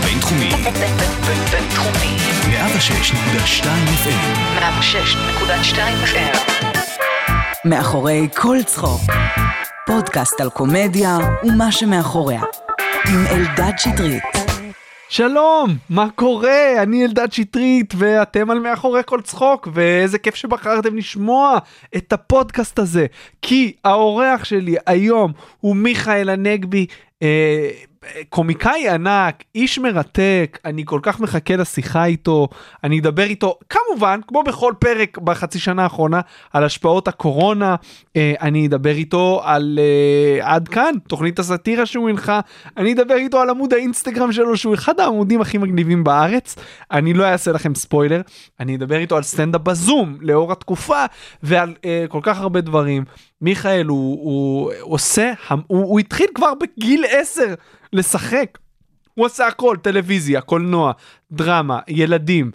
הבינתחומי. בינתחומי. 106.2 FM. 106.2 FM. מאחורי כל צחוק. פודקאסט על קומדיה ומה שמאחוריה. עם אלדד שטרית. שלום, מה קורה? אני אלדד שטרית ואתם על מאחורי כל צחוק, ואיזה כיף שבחרתם לשמוע את הפודקאסט הזה, כי האורח שלי היום הוא מיכאל הנגבי, קומיקאי ענק, איש מרתק, אני כל כך מחכה לשיחה איתו, אני אדבר איתו, כמובן, כמו בכל פרק בחצי שנה האחרונה, על השפעות הקורונה, אני אדבר איתו על עד כאן, תוכנית הסאטירה שהוא הנחה, אני אדבר איתו על עמוד האינסטגרם שלו, שהוא אחד העמודים הכי מגניבים בארץ, אני לא אעשה לכם ספוילר, אני אדבר איתו על סטנדאפ בזום, לאור התקופה, ועל כל כך הרבה דברים. מיכאל הוא עושה, הוא התחיל כבר בגיל 10 לשחק, הוא עושה הכל, טלוויזיה, קולנוע, דרמה, ילדים,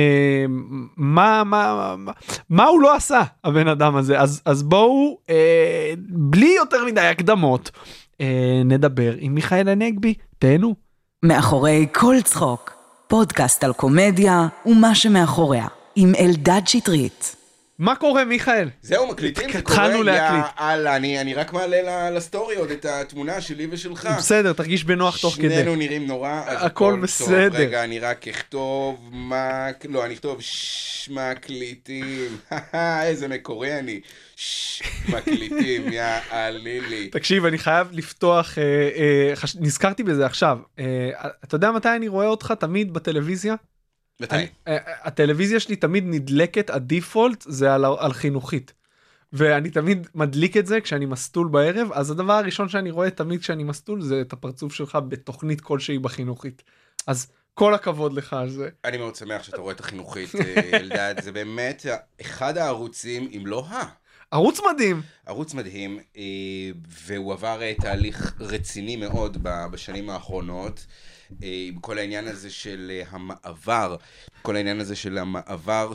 מה הוא לא עשה, הבן אדם הזה, אז בואו, בלי יותר מדי הקדמות, נדבר עם מיכאל הנגבי, תהנו. מאחורי כל צחוק, פודקאסט על קומדיה ומה שמאחוריה, עם אלדד שטרית. מה קורה, מיכאל? זהו, מקליטים, זה התחלנו קורה, להקליט. יאללה, אני רק מעלה לסטורי עוד את התמונה שלי ושלך. בסדר, תרגיש בנוח תוך כדי. שנינו נראים נורא, אז הכל בסדר. טוב. רגע, אני רק אכתוב אני אכתוב מקליטים. איזה מקורי אני. מקליטים, יאללה. תקשיב, אני חייב לפתוח, נזכרתי בזה עכשיו. אתה יודע מתי אני רואה אותך תמיד בטלוויזיה? מתי? הטלוויזיה שלי תמיד נדלקת, הדיפולט זה על חינוכית. ואני תמיד מדליק את זה כשאני מסטול בערב, אז הדבר הראשון שאני רואה תמיד כשאני מסטול זה את הפרצוף שלך בתוכנית כלשהי בחינוכית. אז כל הכבוד לך על זה. אני מאוד שמח שאתה רואה את החינוכית, אלדד, זה באמת אחד הערוצים, אם לא ערוץ מדהים. ערוץ מדהים, והוא עבר תהליך רציני מאוד בשנים האחרונות, עם כל העניין הזה של המעבר,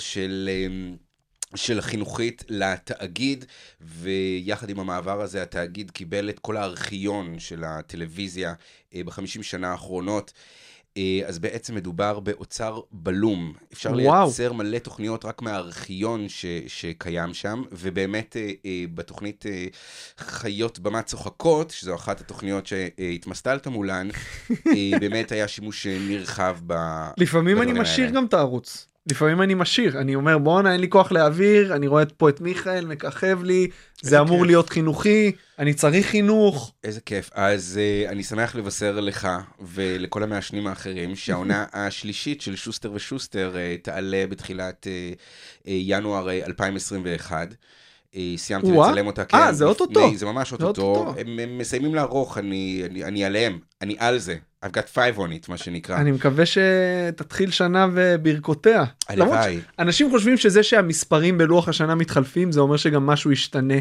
של החינוכית לתאגיד, ויחד עם המעבר הזה התאגיד קיבל את כל הארכיון של הטלוויזיה ב-50 שנה האחרונות, אז בעצם מדובר באוצר בלום. אפשר לייצר מלא תוכניות רק מהארכיון שקיים שם, ובאמת בתוכנית חיות במה צוחקות, שזו אחת התוכניות שהתמסטלת מולן, באמת היה שימוש נרחב לפעמים אני משאיר גם את הערוץ. לפעמים אני משאיר, אני אומר בואנה אין לי כוח להעביר, אני רואה פה את מיכאל, מככב לי, זה אמור להיות חינוכי, אני צריך חינוך. איזה כיף, אז אני שמח לבשר לך ולכל המעשנים האחרים שהעונה השלישית של שוסטר ושוסטר תעלה בתחילת ינואר 2021. סיימתי לצלם אותה. זה אוטוטו. זה ממש אוטוטו. הם מסיימים לערוך, אני עליהם, אני על זה. I've got 5 on it, מה שנקרא. אני מקווה שתתחיל שנה וברכותיה. הלוואי. אנשים חושבים שזה שהמספרים בלוח השנה מתחלפים, זה אומר שגם משהו ישתנה.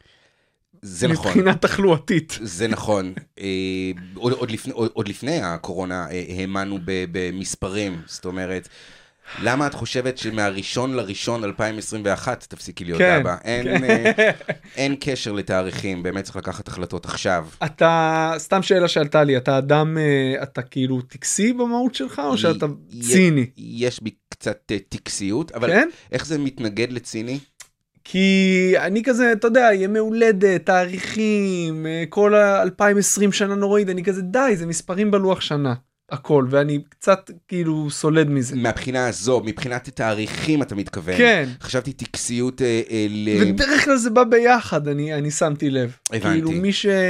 זה נכון. מבחינה תחלואתית. זה נכון. עוד לפני הקורונה האמנו במספרים, זאת אומרת, למה את חושבת שמהראשון לראשון 2021 תפסיקי להיות אבא? אין קשר לתאריכים, באמת צריך לקחת החלטות עכשיו. אתה, סתם שאלה שעלתה לי, אתה אדם, אתה כאילו טקסי במהות שלך, או שאתה ציני? יש בי קצת טקסיות, אבל איך זה מתנגד לציני? כי אני כזה, אתה יודע, ימי הולדת, תאריכים, כל 2020 שנה נוראית, אני כזה, די, זה מספרים בלוח שנה. הכל, ואני קצת כאילו סולד מזה. מהבחינה הזו, מבחינת תאריכים אתה מתכוון. כן. חשבתי טקסיות ודרך כלל זה בא ביחד, אני שמתי לב. הבנתי. כאילו מי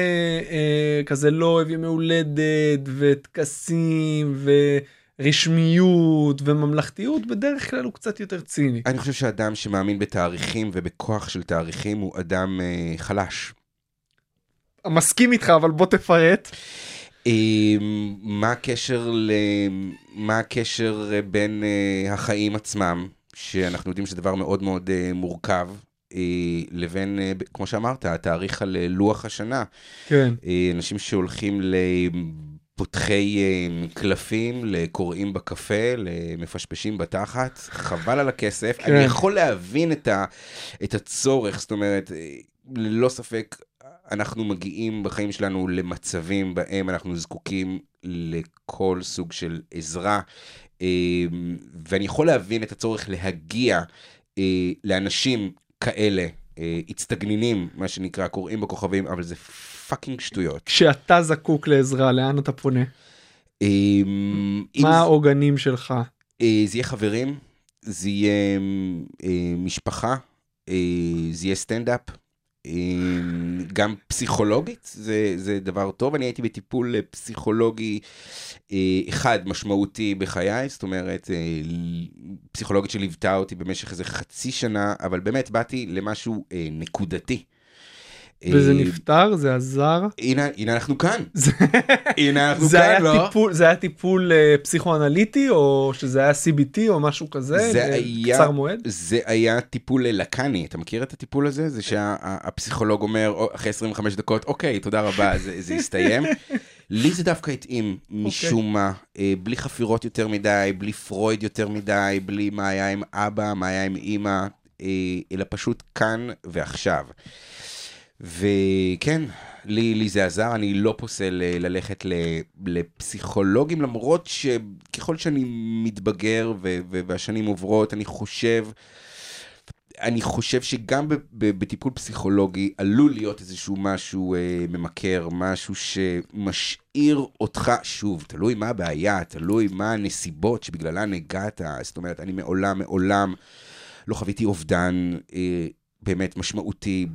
שכזה לא אוהב ימי הולדת, וטקסים, ורשמיות, וממלכתיות, בדרך כלל הוא קצת יותר ציני. אני חושב שאדם שמאמין בתאריכים, ובכוח של תאריכים, הוא אדם חלש. מסכים איתך, אבל בוא תפרט. מה הקשר בין החיים עצמם, שאנחנו יודעים שזה דבר מאוד מאוד מורכב, לבין, כמו שאמרת, התאריך על לוח השנה. כן. אנשים שהולכים לפותחי קלפים, לקוראים בקפה, למפשפשים בתחת, חבל על הכסף. כן. אני יכול להבין את הצורך, זאת אומרת, ללא ספק, אנחנו מגיעים בחיים שלנו למצבים בהם אנחנו זקוקים לכל סוג של עזרה, ואני יכול להבין את הצורך להגיע לאנשים כאלה, הצטגנינים, מה שנקרא, קוראים בכוכבים, אבל זה פאקינג שטויות. כשאתה זקוק לעזרה, לאן אתה פונה? מה העוגנים שלך? זה יהיה חברים, זה יהיה משפחה, זה יהיה סטנדאפ, גם פסיכולוגית, זה דבר טוב. אני הייתי בטיפול פסיכולוגי אחד משמעותי בחיי, זאת אומרת, פסיכולוגית שליוותה אותי במשך איזה חצי שנה, אבל באמת באתי למשהו נקודתי. וזה נפטר? זה עזר? הנה אנחנו כאן. הנה אנחנו כאן, לא? זה היה טיפול פסיכואנליטי, או שזה היה CBT, או משהו כזה? קצר מועד? זה היה טיפול לקני. אתה מכיר את הטיפול הזה? זה שהפסיכולוג אומר, אחרי 25 דקות, אוקיי, תודה רבה, זה יסתיים. לי זה דווקא התאים משום מה, בלי חפירות יותר מדי, בלי פרויד יותר מדי, בלי מה היה עם אבא, מה היה עם אמא, אלא פשוט כאן ועכשיו. וכן, לי זה עזר, אני לא פוסל ללכת לפסיכולוגים, למרות שככל שאני מתבגר והשנים עוברות, אני חושב שגם בטיפול פסיכולוגי עלול להיות איזשהו משהו ממכר, משהו שמשאיר אותך, שוב, תלוי מה הבעיה, תלוי מה הנסיבות שבגללן הגעת, זאת אומרת, אני מעולם לא חוויתי אובדן באמת משמעותי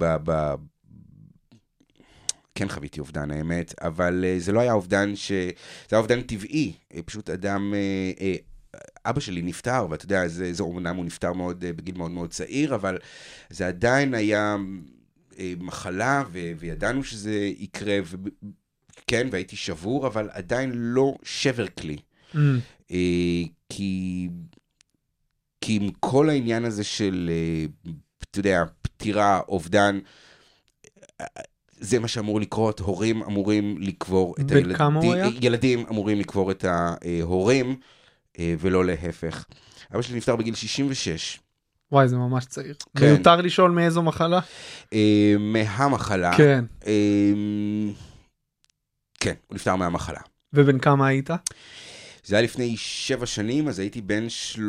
כן חוויתי אובדן, האמת, אבל זה לא היה אובדן זה היה אובדן טבעי, פשוט אדם, אבא שלי נפטר, ואתה יודע, זה אומנם הוא נפטר בגיל מאוד מאוד צעיר, אבל זה עדיין היה מחלה, וידענו שזה יקרה, כן, והייתי שבור, אבל עדיין לא שבר כלי. כי עם כל העניין הזה של, אתה יודע, פטירה, אובדן, זה מה שאמור לקרות, הורים אמורים לקבור את הילדים. בכמה הוא היה? ילדים אמורים לקבור את ההורים, ולא להפך. אבא שלי נפטר בגיל 66. וואי, זה ממש צעיר. כן. מיותר לשאול מאיזו מחלה? מהמחלה. כן. כן, הוא נפטר מהמחלה. ובין כמה היית? זה היה לפני 7 שנים, אז הייתי בן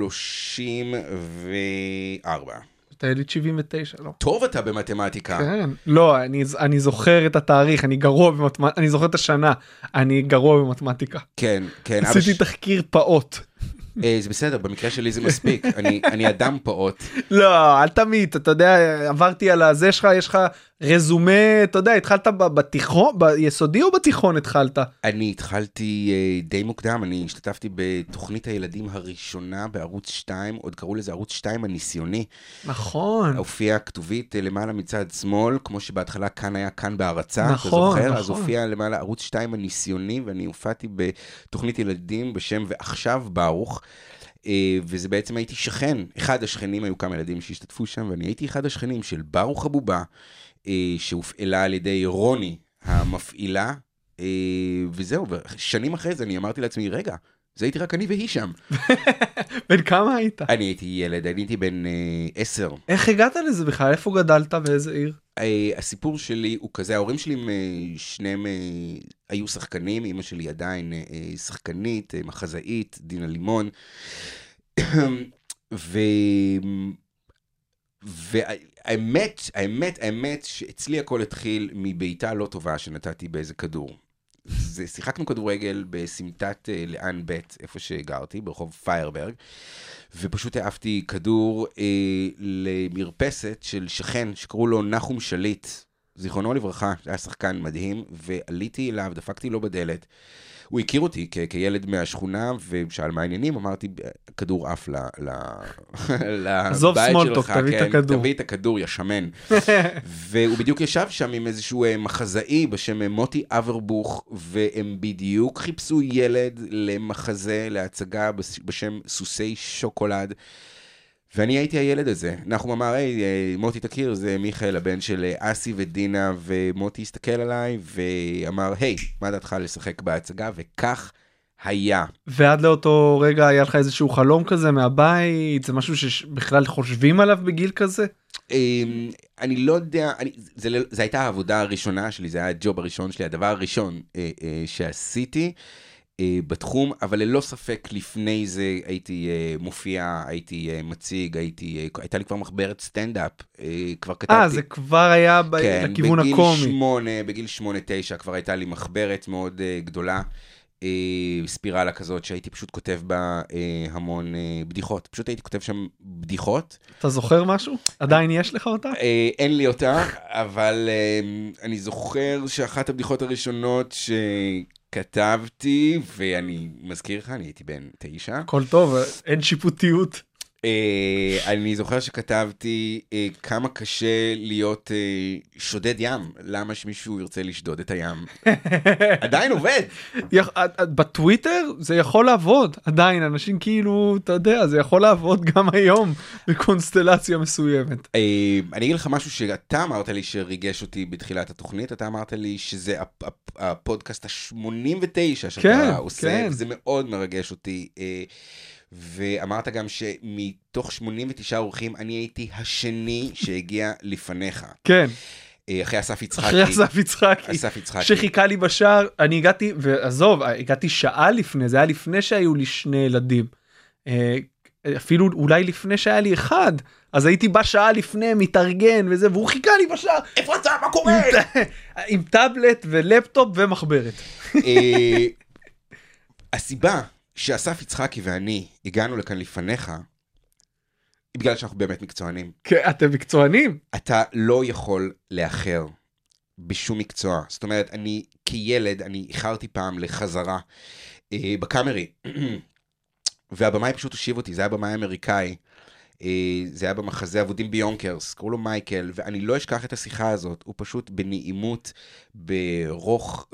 34. אתה ילד 79, לא? טוב אתה במתמטיקה. כן. לא, אני זוכר את התאריך, אני גרוע במתמטיקה, אני זוכר את השנה, אני גרוע במתמטיקה. כן, כן. עשיתי תחקיר פעוט. זה בסדר, במקרה שלי זה מספיק, אני אדם פעוט. לא, אל תמיד, אתה יודע, עברתי על הזה שלך, יש לך רזומה, אתה יודע, התחלת בתיכון, ביסודי או בתיכון התחלת? אני התחלתי די מוקדם, אני השתתפתי בתוכנית הילדים הראשונה בערוץ 2, עוד קראו לזה ערוץ 2 הניסיוני. נכון. הופיעה כתובית למעלה מצד שמאל, כמו שבהתחלה כאן היה כאן בהרצה, נכון, אתה זוכר? נכון. אז הופיע למעלה ערוץ 2 הניסיוני, ואני הופעתי בתוכנית ילדים בשם ועכשיו ברוך, וזה בעצם הייתי שכן, אחד השכנים, היו כמה ילדים שהשתתפו שם, ואני הייתי אחד השכנים של ברוך הבובה, שהופעלה על ידי רוני המפעילה, וזהו, ושנים אחרי זה אני אמרתי לעצמי, רגע, זה הייתי רק אני והיא שם. בן כמה היית? אני הייתי ילד, אני הייתי בן 10. איך הגעת לזה בכלל? איפה גדלת? באיזה עיר? הסיפור שלי הוא כזה, ההורים שלי שניהם היו שחקנים, אמא שלי עדיין שחקנית, מחזאית, דינה לימון, והאמת שאצלי הכל התחיל מביתה לא טובה שנתתי באיזה כדור. שיחקנו כדורגל בסמטת לאן בית, איפה שגרתי, ברחוב פיירברג, ופשוט העפתי כדור למרפסת של שכן שקראו לו נחום שליט, זיכרונו לברכה, היה שחקן מדהים, ועליתי אליו, דפקתי לו בדלת. הוא הכיר אותי כילד מהשכונה, ושאל מה העניינים, אמרתי, כדור עף עזוב לבית סמולטוק, שלך, תביא את הכדור. תביא את הכדור, ישמן. והוא בדיוק ישב שם עם איזשהו מחזאי בשם מוטי אברבוך, והם בדיוק חיפשו ילד למחזה, להצגה בשם סוסי שוקולד, ואני הייתי הילד הזה. נחום אמר, היי, מוטי תכיר, זה מיכאל, הבן של אסי ודינה, ומוטי הסתכל עליי ואמר, היי, מה דעתך לשחק בהצגה? וכך היה. ועד לאותו רגע היה לך איזשהו חלום כזה מהבית, זה משהו שבכלל חושבים עליו בגיל כזה? אני לא יודע, זה הייתה העבודה הראשונה שלי, זה היה הג'וב הראשון שלי, הדבר הראשון שעשיתי בתחום, אבל ללא ספק לפני זה הייתי מופיע, הייתי מציג, הייתה לי כבר מחברת סטנדאפ, כבר כתבתי. זה כבר היה בכיוון הקומי. בגיל 8-9 כבר הייתה לי מחברת מאוד גדולה, ספירלה כזאת שהייתי פשוט כותב בה המון בדיחות. פשוט הייתי כותב שם בדיחות. אתה זוכר משהו? עדיין יש לך אותה? אין לי אותה, אבל אני זוכר שאחת הבדיחות הראשונות שכתבתי, ואני מזכיר לך, אני הייתי בן 9. הכל טוב, אין שיפוטיות. אני זוכר שכתבתי כמה קשה להיות שודד ים, למה שמישהו ירצה לשדוד את הים. עדיין עובד. בטוויטר זה יכול לעבוד, עדיין אנשים כאילו, אתה יודע, זה יכול לעבוד גם היום בקונסטלציה מסוימת. אני אגיד לך משהו שאתה אמרת לי שריגש אותי בתחילת התוכנית, אתה אמרת לי שזה הפודקאסט ה-89 שאתה עושה, וזה מאוד מרגש אותי. ואמרת גם שמתוך 89 אורחים, אני הייתי השני שהגיע לפניך. כן. אחרי אסף יצחקי. אחרי אסף יצחקי. שחיכה לי בשער, אני הגעתי, ועזוב, הגעתי שעה לפני, זה היה לפני שהיו לי 2 ילדים. אפילו אולי לפני שהיה לי 1, אז הייתי בשעה לפני, מתארגן וזה, והוא חיכה לי בשער. איפה אתה? מה קורה? עם טאבלט ולפטופ ומחברת. הסיבה שאסף יצחקי ואני הגענו לכאן לפניך, בגלל שאנחנו באמת מקצוענים. כן, אתם מקצוענים? אתה לא יכול לאחר בשום מקצוע. זאת אומרת, אני כילד, אני איחרתי פעם לחזרה בקאמרי, והבמאי פשוט הושיב אותי, זה היה במאי אמריקאי, זה היה במחזה עבודים ביונקרס, קראו לו מייקל, ואני לא אשכח את השיחה הזאת, הוא פשוט בנעימות, ברוך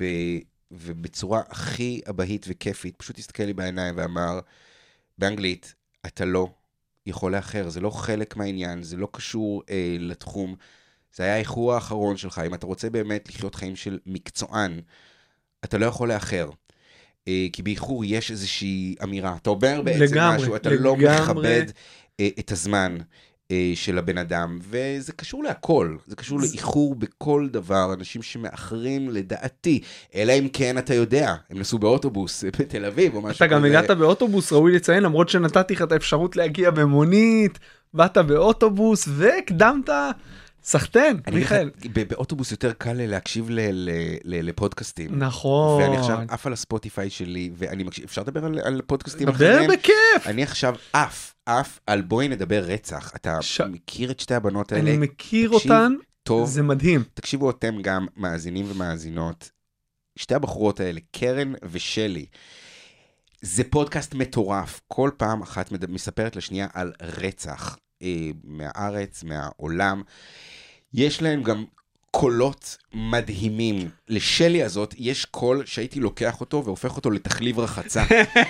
ובצורה הכי אבהית וכיפית, פשוט הסתכל לי בעיניים ואמר, באנגלית, אתה לא יכול לאחר, זה לא חלק מהעניין, זה לא קשור לתחום, זה היה האיחור האחרון שלך, אם אתה רוצה באמת לחיות חיים של מקצוען, אתה לא יכול לאחר, כי באיחור יש איזושהי אמירה, אתה אומר בעצם לגמרי, משהו, אתה לא מכבד את הזמן של הבן אדם, וזה קשור להכל, זה קשור לאיחור בכל דבר, אנשים שמאחרים לדעתי, אלא אם כן אתה יודע, הם נסעו באוטובוס בתל אביב או משהו כזה. אתה גם הגעת באוטובוס, ראוי לציין, למרות שנתתי לך את האפשרות להגיע במונית, באת באוטובוס והקדמת, סחטן, מיכאל. באוטובוס יותר קל להקשיב לפודקאסטים. נכון. ואני עכשיו אף על הספוטיפיי שלי, ואני מקשיב, אפשר לדבר על פודקאסטים אחרים? דבר בכיף. אני עכשיו אף על בואי נדבר רצח. אתה מכיר את שתי הבנות האלה? אני מכיר אותן, זה מדהים. תקשיבו אתם גם מאזינים ומאזינות. שתי הבחורות האלה, קרן ושלי. זה פודקאסט מטורף. כל פעם אחת מספרת לשנייה על רצח. מהארץ, מהעולם. יש להם גם קולות מדהימים. לשלי הזאת יש קול שהייתי לוקח אותו והופך אותו לתחליב רחצה.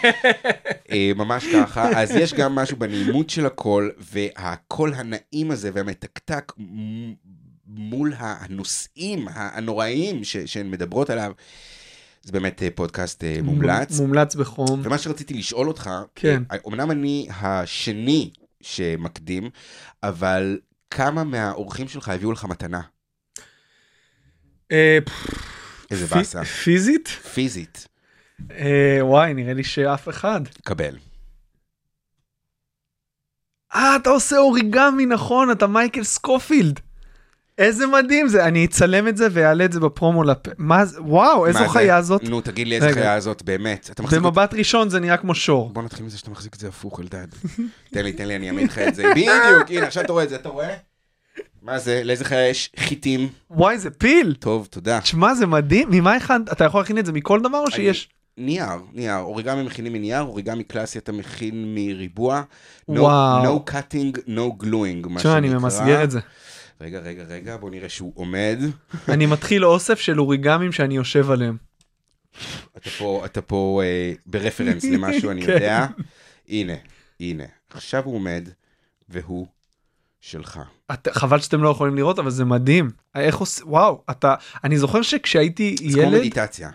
ממש ככה. אז יש גם משהו בנעימות של הקול, והקול הנעים הזה והמתקתק מול הנושאים הנוראיים שהן מדברות עליו. זה באמת פודקאסט מומלץ. מומלץ בחום. ומה שרציתי לשאול אותך, כן. אמנם אני השני שמקדים, אבל כמה מהאורחים שלך הביאו לך מתנה? איזה בסה. פיזית? פיזית. וואי, נראה לי שאף אחד. קבל. אתה עושה אוריגמי, נכון, אתה מייקל סקופילד. איזה מדהים זה, אני אצלם את זה ויעלה את זה בפרומו מה זה, וואו, איזו חיה זאת. נו, תגיד לי איזו חיה זאת, באמת. במבט ראשון זה נראה כמו שור. בוא נתחיל מזה שאתה מחזיק את זה הפוך, אלדד. תן לי, אני אעמיד לך את זה. בדיוק, הנה, עכשיו אתה רואה את זה, אתה רואה? מה זה, לאיזה חיה יש? חיטים. וואי, זה פיל. טוב, תודה. תשמע, זה מדהים. ממה אחד, אתה יכול להכין את זה מכל דבר או שיש? נייר. אוריגמי מכינים מנייר, אוריגמי קלאסי אתה מכין מריבוע. וואו. No cutting, no gluing, מה שנקרא. אני ממסגר את זה. רגע, בוא נראה שהוא עומד. אני מתחיל אוסף של אוריגמים שאני יושב עליהם. אתה פה ברפרנס למשהו, אני יודע. הנה. עכשיו הוא עומד, והוא שלך. חבל שאתם לא יכולים לראות, אבל זה מדהים. וואו, אני זוכר שכשהייתי ילד... זה כמו מדיטציה.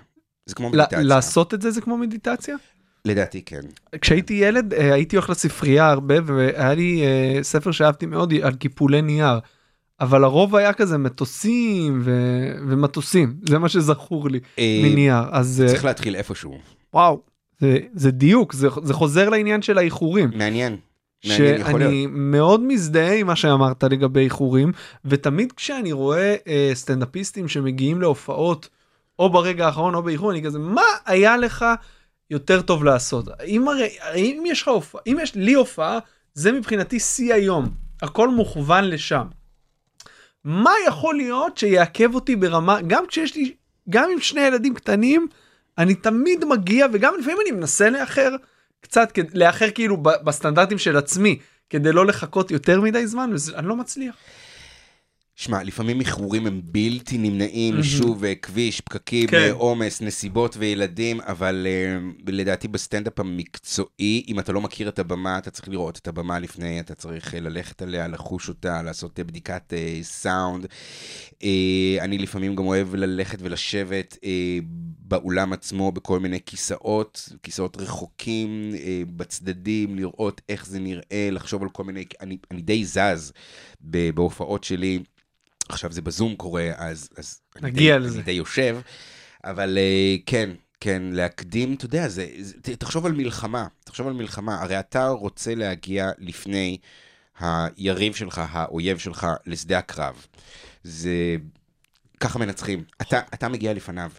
זה כמו מדיטציה. לעשות את זה זה כמו מדיטציה? לדעתי כן. כשהייתי ילד, הייתי הולך לספרייה הרבה, והיה לי ספר שאהבתי מאוד על קיפולי נייר. אבל הרוב היה כזה מטוסים ומטוסים. זה מה שזכור לי מנייר. אז צריך להתחיל איפשהו. וואו, זה דיוק, זה חוזר לעניין של האיחורים. מעניין. שאני מאוד מזדהה עם מה שאמרת לגבי איחורים, ותמיד כשאני רואה סטנדאפיסטים שמגיעים להופעות, או ברגע האחרון או באיחור, אני כזה, מה היה לך יותר טוב לעשות? אם יש לי הופעה, זה מבחינתי שיא היום. הכל מוכוון לשם. מה יכול להיות שיעכב אותי ברמה, גם עם שני ילדים קטנים, אני תמיד מגיע, וגם לפעמים אני מנסה לאחר, קצת לאחר כאילו בסטנדרטים של עצמי, כדי לא לחכות יותר מדי זמן, ואני לא מצליח. שמע, לפעמים איחורים הם בלתי נמנעים, שוב, כביש, פקקים, עומס, נסיבות וילדים, אבל לדעתי בסטנדאפ המקצועי, אם אתה לא מכיר את הבמה, אתה צריך לראות את הבמה לפני, אתה צריך ללכת עליה, לחוש אותה, לעשות בדיקת סאונד. אני לפעמים גם אוהב ללכת ולשבת באולם עצמו, בכל מיני כיסאות רחוקים, בצדדים, לראות איך זה נראה, לחשוב על כל מיני, אני די זז בהופעות שלי, עכשיו זה בזום קורה, אז אני די יושב, אבל כן, להקדים, אתה יודע, תחשוב על מלחמה, הרי אתה רוצה להגיע לפני היריב שלך, האויב שלך, לשדה הקרב. זה, ככה מנצחים, אתה מגיע לפניו.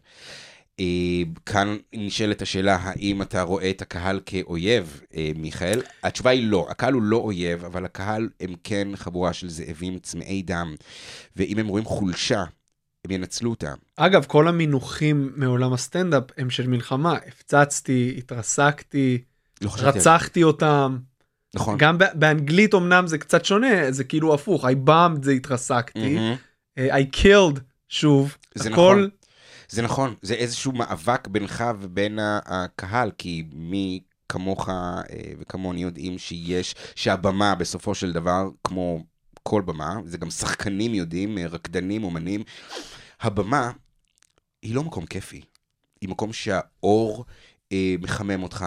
כאן נשאלת השאלה, האם אתה רואה את הקהל כאויב, מיכאל? התשובה היא לא, הקהל הוא לא אויב, אבל הקהל הם כן חבורה של זאבים צמאי דם, ואם הם רואים חולשה, הם ינצלו אותה. אגב, כל המינוחים מעולם הסטנדאפ הם של מלחמה, הפצצתי, התרסקתי, רצחתי אותם. נכון. גם באנגלית אמנם זה קצת שונה, זה כאילו הפוך, I bombed זה התרסקתי, I killed שוב, הכל... זה נכון, זה איזשהו מאבק בינך ובין הקהל, כי מי כמוך וכמוני יודעים שהבמה בסופו של דבר, כמו כל במה, זה גם שחקנים יודעים, רקדנים, אומנים, הבמה היא לא מקום כיפי, היא מקום שהאור מחמם אותך,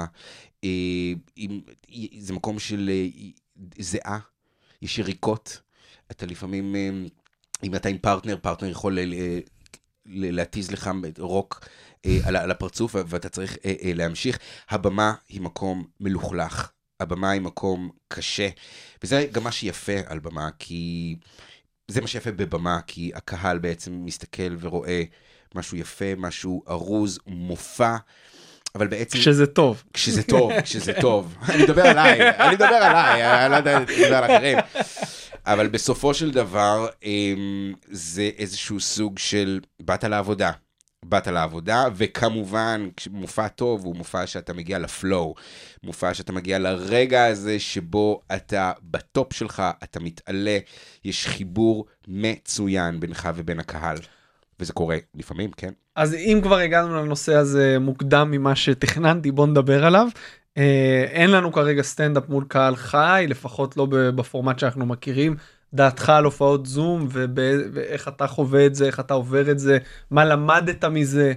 זה מקום של זהה, יש יריקות, אתה לפעמים, אם אתה עם פרטנר יכול להתיז לך רוק על הפרצוף, ואתה צריך להמשיך. הבמה היא מקום מלוכלך, הבמה היא מקום קשה, וזה גם מה שיפה על במה, כי זה מה שיפה בבמה, כי הקהל בעצם מסתכל ורואה משהו יפה, משהו ארוז, מופע, אבל בעצם... כשזה טוב. כשזה טוב. אני מדבר עליי, אני לא יודע, לדבר על אחרים. אבל בסופו של דבר, זה איזשהו סוג של באת לעבודה, וכמובן, מופע טוב הוא מופע שאתה מגיע לפלואו, מופע שאתה מגיע לרגע הזה שבו אתה בטופ שלך, אתה מתעלה, יש חיבור מצוין בינך ובין הקהל, וזה קורה לפעמים, כן? אז אם כבר הגענו לנושא הזה מוקדם ממה שתכננתי, בוא נדבר עליו. אין לנו כרגע סטנדאפ מול קהל חי, לפחות לא בפורמט שאנחנו מכירים. דעתך על הופעות זום, ואיך אתה חווה את זה, איך אתה עובר את זה, מה למדת מזה?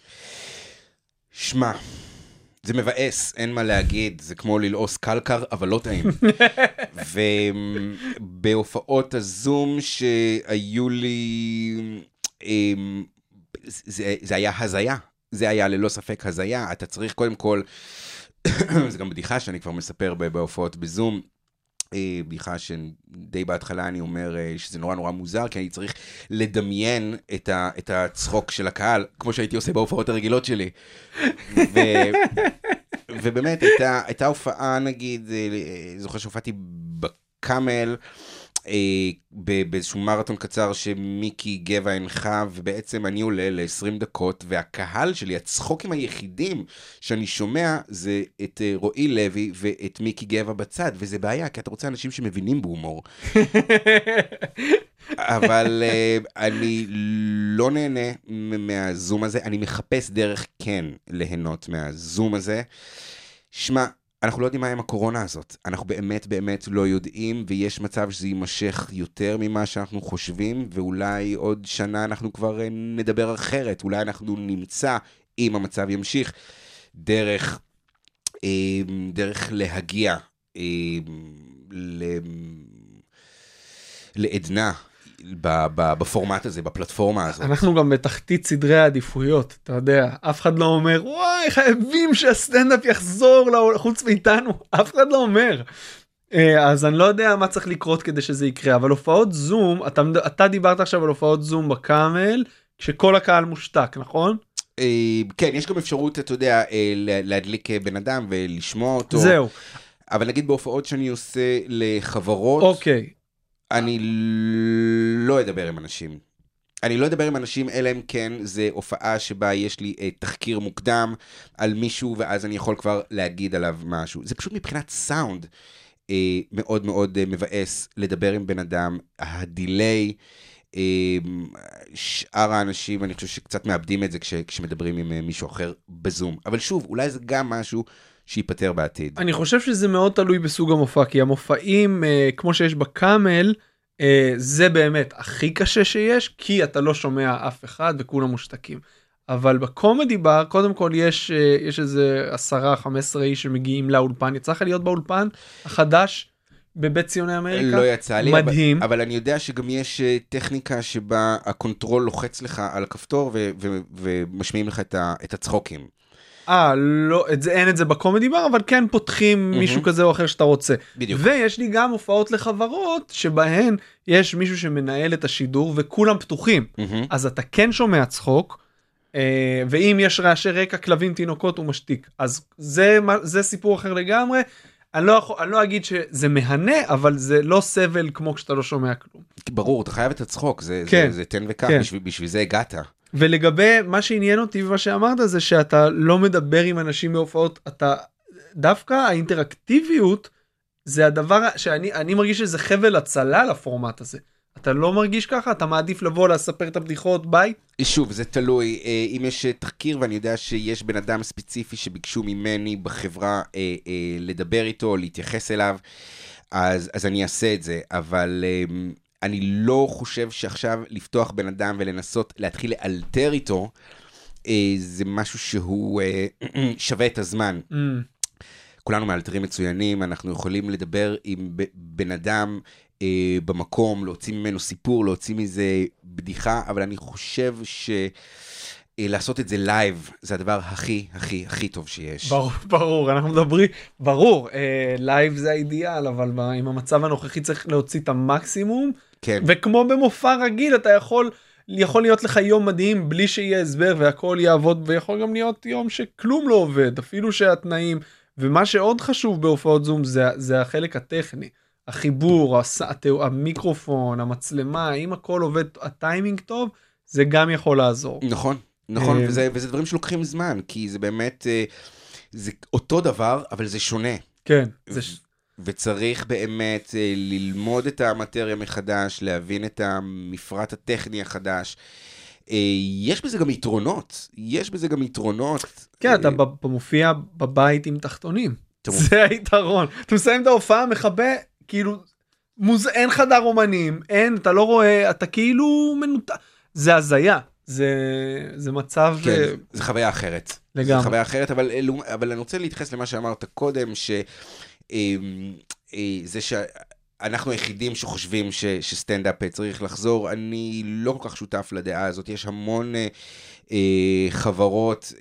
שמע, זה מבאס, אין מה להגיד, זה כמו ללעוס קלקר, אבל לא טעים. ובהופעות הזום שהיו לי, זה היה הזיה, זה היה ללא ספק הזיה, אתה צריך קודם כל, זה גם בדיחה שאני כבר מספר בהופעות בזום, בדיחה שדי בהתחלה אני אומר שזה נורא נורא מוזר, כי אני צריך לדמיין את הצחוק של הקהל, כמו שהייתי עושה בהופעות הרגילות שלי. ובאמת הייתה הופעה, נגיד, זוכר שהופעתי בקאמל, באיזשהו מרתון קצר שמיקי גבע הנחה, ובעצם אני עולה ל-20 דקות, והקהל שלי, הצחוקים היחידים שאני שומע, זה את רועי לוי ואת מיקי גבע בצד, וזה בעיה, כי אתה רוצה אנשים שמבינים בהומור. אבל אני לא נהנה מהזום הזה, אני מחפש דרך כן ליהנות מהזום הזה. שמע, אנחנו לא יודעים מה עם הקורונה הזאת, אנחנו באמת לא יודעים, ויש מצב שזה יימשך יותר ממה שאנחנו חושבים, ואולי עוד שנה אנחנו כבר נדבר אחרת, אולי אנחנו נמצא אם המצב ימשיך, דרך להגיע לעדנה בפורמט הזה, בפלטפורמה הזאת. אנחנו גם בתחתית סדרי העדיפויות, אתה יודע, אף אחד לא אומר, וואי, חייבים שהסטנדאפ יחזור חוץ מאיתנו, אף אחד לא אומר. אז אני לא יודע מה צריך לקרות כדי שזה יקרה, אבל הופעות זום, אתה דיברת עכשיו על הופעות זום בקאמל, כשכל הקהל מושתק, נכון? כן, יש גם אפשרות, אתה יודע, להדליק בן אדם ולשמוע אותו. זהו. אבל נגיד בהופעות שאני עושה לחברות, אוקיי. אני לא אדבר עם אנשים. אני לא אדבר עם אנשים, אלא אם כן זה הופעה שבה יש לי תחקיר מוקדם על מישהו, ואז אני יכול כבר להגיד עליו משהו. זה פשוט מבחינת סאונד מאוד מאוד מבאס לדבר עם בן אדם. הדיליי, שאר האנשים, אני חושב שקצת מאבדים את זה כשמדברים עם מישהו אחר בזום. אבל שוב, אולי זה גם משהו שיפטר בעתיד. אני חושב שזה מאוד תלוי בסוג המופע, כי המופעים, כמו שיש בקאמל, זה באמת הכי קשה שיש, כי אתה לא שומע אף אחד וכולם מושתקים. אבל בקומדי בר, קודם כל יש איזה 10-15 איש שמגיעים לאולפן. יצא לך להיות באולפן החדש בבית ציוני אמריקה? לא יצא לי, מדהים. אבל אני יודע שגם יש טכניקה שבה הקונטרול לוחץ לך על הכפתור ומשמיעים לך את הצחוקים. לא, אין את זה בקומדי בר, אבל כן פותחים מישהו כזה או אחר שאתה רוצה. בדיוק. ויש לי גם הופעות לחברות, שבהן יש מישהו שמנהל את השידור, וכולם פתוחים. אז אתה כן שומע צחוק, ואם יש רעשי רקע, כלבים, תינוקות, הוא משתיק. אז זה סיפור אחר לגמרי. אני לא אגיד שזה מהנה, אבל זה לא סבל כמו כשאתה לא שומע כלום. ברור, אתה חייב את הצחוק, זה תן וכך, בשביל זה הגעת. ולגבי מה שעניין אותי ומה שאמרת זה שאתה לא מדבר עם אנשים בהופעות, אתה דווקא האינטראקטיביות זה הדבר שאני מרגיש שזה חבל הצלה לפורמט הזה. אתה לא מרגיש ככה? אתה מעדיף לבוא לספר את הבדיחות ביי? שוב, זה תלוי. אם יש תחקיר ואני יודע שיש בן אדם ספציפי שביקשו ממני בחברה לדבר איתו, להתייחס אליו, אז אני אעשה את זה. אבל אני לא חושב שעכשיו לפתוח בן אדם ולנסות להתחיל לאלתר איתו, זה משהו שהוא שווה את הזמן. כולנו מאלתרים מצוינים, אנחנו יכולים לדבר עם בן אדם במקום, להוציא ממנו סיפור, להוציא מזה בדיחה, אבל אני חושב לעשות את זה לייב, זה הדבר הכי, הכי, הכי טוב שיש. ברור, אנחנו מדברים, ברור, לייב זה האידיאל, אבל עם המצב הנוכחי צריך להוציא את המקסימום, כן. וכמו במופע רגיל, אתה יכול להיות לך יום מדהים, בלי שיהיה הסבר, והכל יעבוד, ויכול גם להיות יום שכלום לא עובד, אפילו שהתנאים, ומה שעוד חשוב בהופעות זום, זה החלק הטכני. החיבור, המיקרופון, המצלמה, אם הכל עובד, הטיימינג טוב, זה גם יכול לעזור. נכון, וזה דברים שלוקחים זמן, כי זה באמת, זה אותו דבר, אבל זה שונה. כן. וצריך באמת ללמוד את המטריה מחדש, להבין את המפרט הטכני החדש. יש בזה גם יתרונות. כן, אתה מופיע בבית עם תחתונים. זה היתרון. אתה מסיים את ההופעה, מחבא, כאילו, אין חדר אומנים, אתה לא רואה, אתה כאילו מנותק. זה הזיה. זה מצב... כן, זה חוויה אחרת. לגמרי. זה חוויה אחרת, אבל אני רוצה להתייחס למה שאמרת קודם, זה שאנחנו היחידים שחושבים שסטנדאפ צריך לחזור, אני לא כל כך שותף לדעה הזאת. יש המון חברות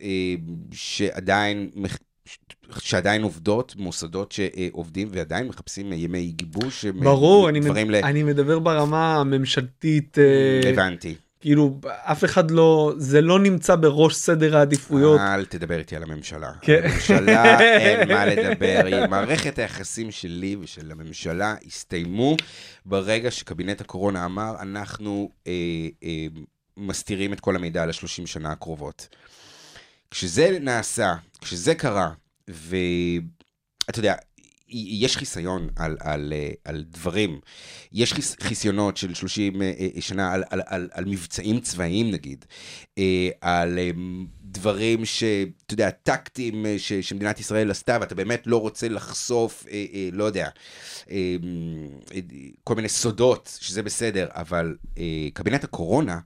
שעדיין עובדות, מוסדות שעובדים ועדיין מחפשים ימי גיבוש. ברור, אני מדבר ברמה הממשלתית. הבנתי. כאילו, אף אחד לא, זה לא נמצא בראש סדר העדיפויות. אל תדבר איתי על הממשלה. הממשלה אין מה לדבר. מערכת היחסים שלי ושל הממשלה הסתיימו ברגע שקבינט הקורונה אמר, אנחנו מסתירים את כל המידע על 30 שנה הקרובות. כשזה נעשה, כשזה קרה, ואתה יודע, יש חיסיון על דברים, יש חיסיונות של 30 שנה על מבצעים צבאיים נגיד, על דברים שאתה יודע, טקטים שמדינת ישראל עשתה, ואתה באמת לא רוצה לחשוף, לא יודע, כל מיני סודות, שזה בסדר, אבל קבינט הקורונה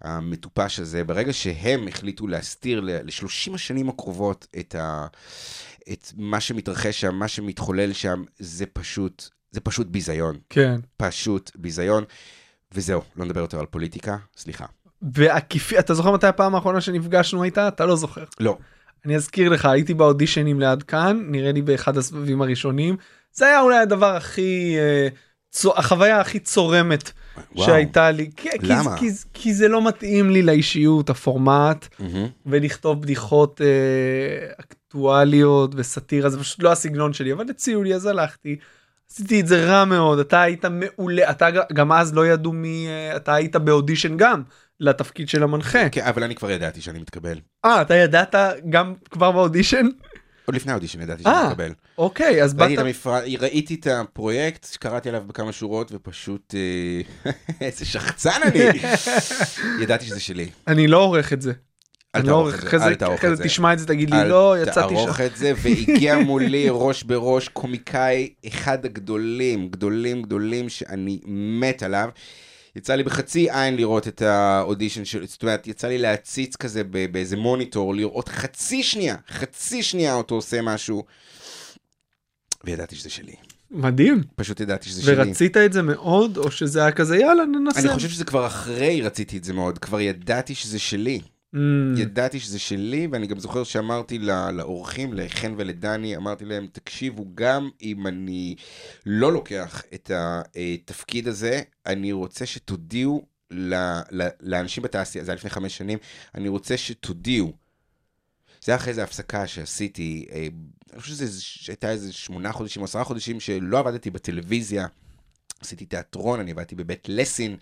המטופש הזה, ברגע שהם החליטו להסתיר ל30 השנים הקרובות את מה שמתרחש שם, מה שמתחולל שם, זה פשוט ביזיון. כן. פשוט ביזיון, וזהו, לא נדבר יותר על פוליטיקה, סליחה. ועקיפי, אתה זוכר מתי הפעם האחרונה שנפגשנו הייתה? אתה לא זוכר. לא. אני אזכיר לך, הייתי באודישנים ליד כאן, נראה לי באחד הסבבים הראשונים, זה היה אולי הדבר החוויה הכי צורמת שהייתה לי. למה? כי זה לא מתאים לי לאישיות, הפורמט, ולכתוב בדיחות אקטואליות וסטירה, זה פשוט לא הסגנון שלי, אבל הציעו לי, אז הלכתי, עשיתי את זה רע מאוד, אתה היית מעולה, אתה גם אז לא ידעו אתה היית באודישן גם, לתפקיד של המנחה. כן, אבל אני כבר ידעתי שאני מתקבל. אתה ידעת גם כבר באודישן? עוד לפני האודישן ידעתי שאני מתקבל. אוקיי, אז באת... ראיתי את הפרויקט, שקראתי עליו בכמה שורות, ופשוט... איזה שחצן אני! ידעתי שזה שלי. אני לא עורך את זה. אל תערוך את זה, אל תערוך את זה. תשמע את זה, תגיד לי, לא, יצאתי שם. אל תערוך את זה, והגיע מולי ראש בראש קומיקאי, אחד הגדולים, גדולים שאני מת עליו. יצא לי בחצי עין לראות את האודישן שלו, זאת אומרת, יצא לי להציץ כזה באיזה מוניטור, לראות חצי שנייה אותו עושה משהו, וידעתי שזה שלי. מדהים. פשוט ידעתי שזה שלי. ורצית את זה מאוד, או שזה היה כזה, יאללה, ננסה. אני חושב שזה כבר אחרי רציתי את זה מאוד, כבר ידעתי שזה שלי. ידעתי שזה שלי, ואני גם זוכר שאמרתי לאורחים, לחן ולדני, אמרתי להם, תקשיבו, גם אם אני לא לוקח את התפקיד הזה, אני רוצה שתודיעו לאנשים בתעשייה, זה היה לפני 5 שנים, אני רוצה שתודיעו. זה היה אחרי איזו הפסקה שעשיתי, אני חושב שהייתה איזה 8 חודשים, 10 חודשים, שלא עבדתי בטלוויזיה, עשיתי תיאטרון, אני עבדתי בבית לסין,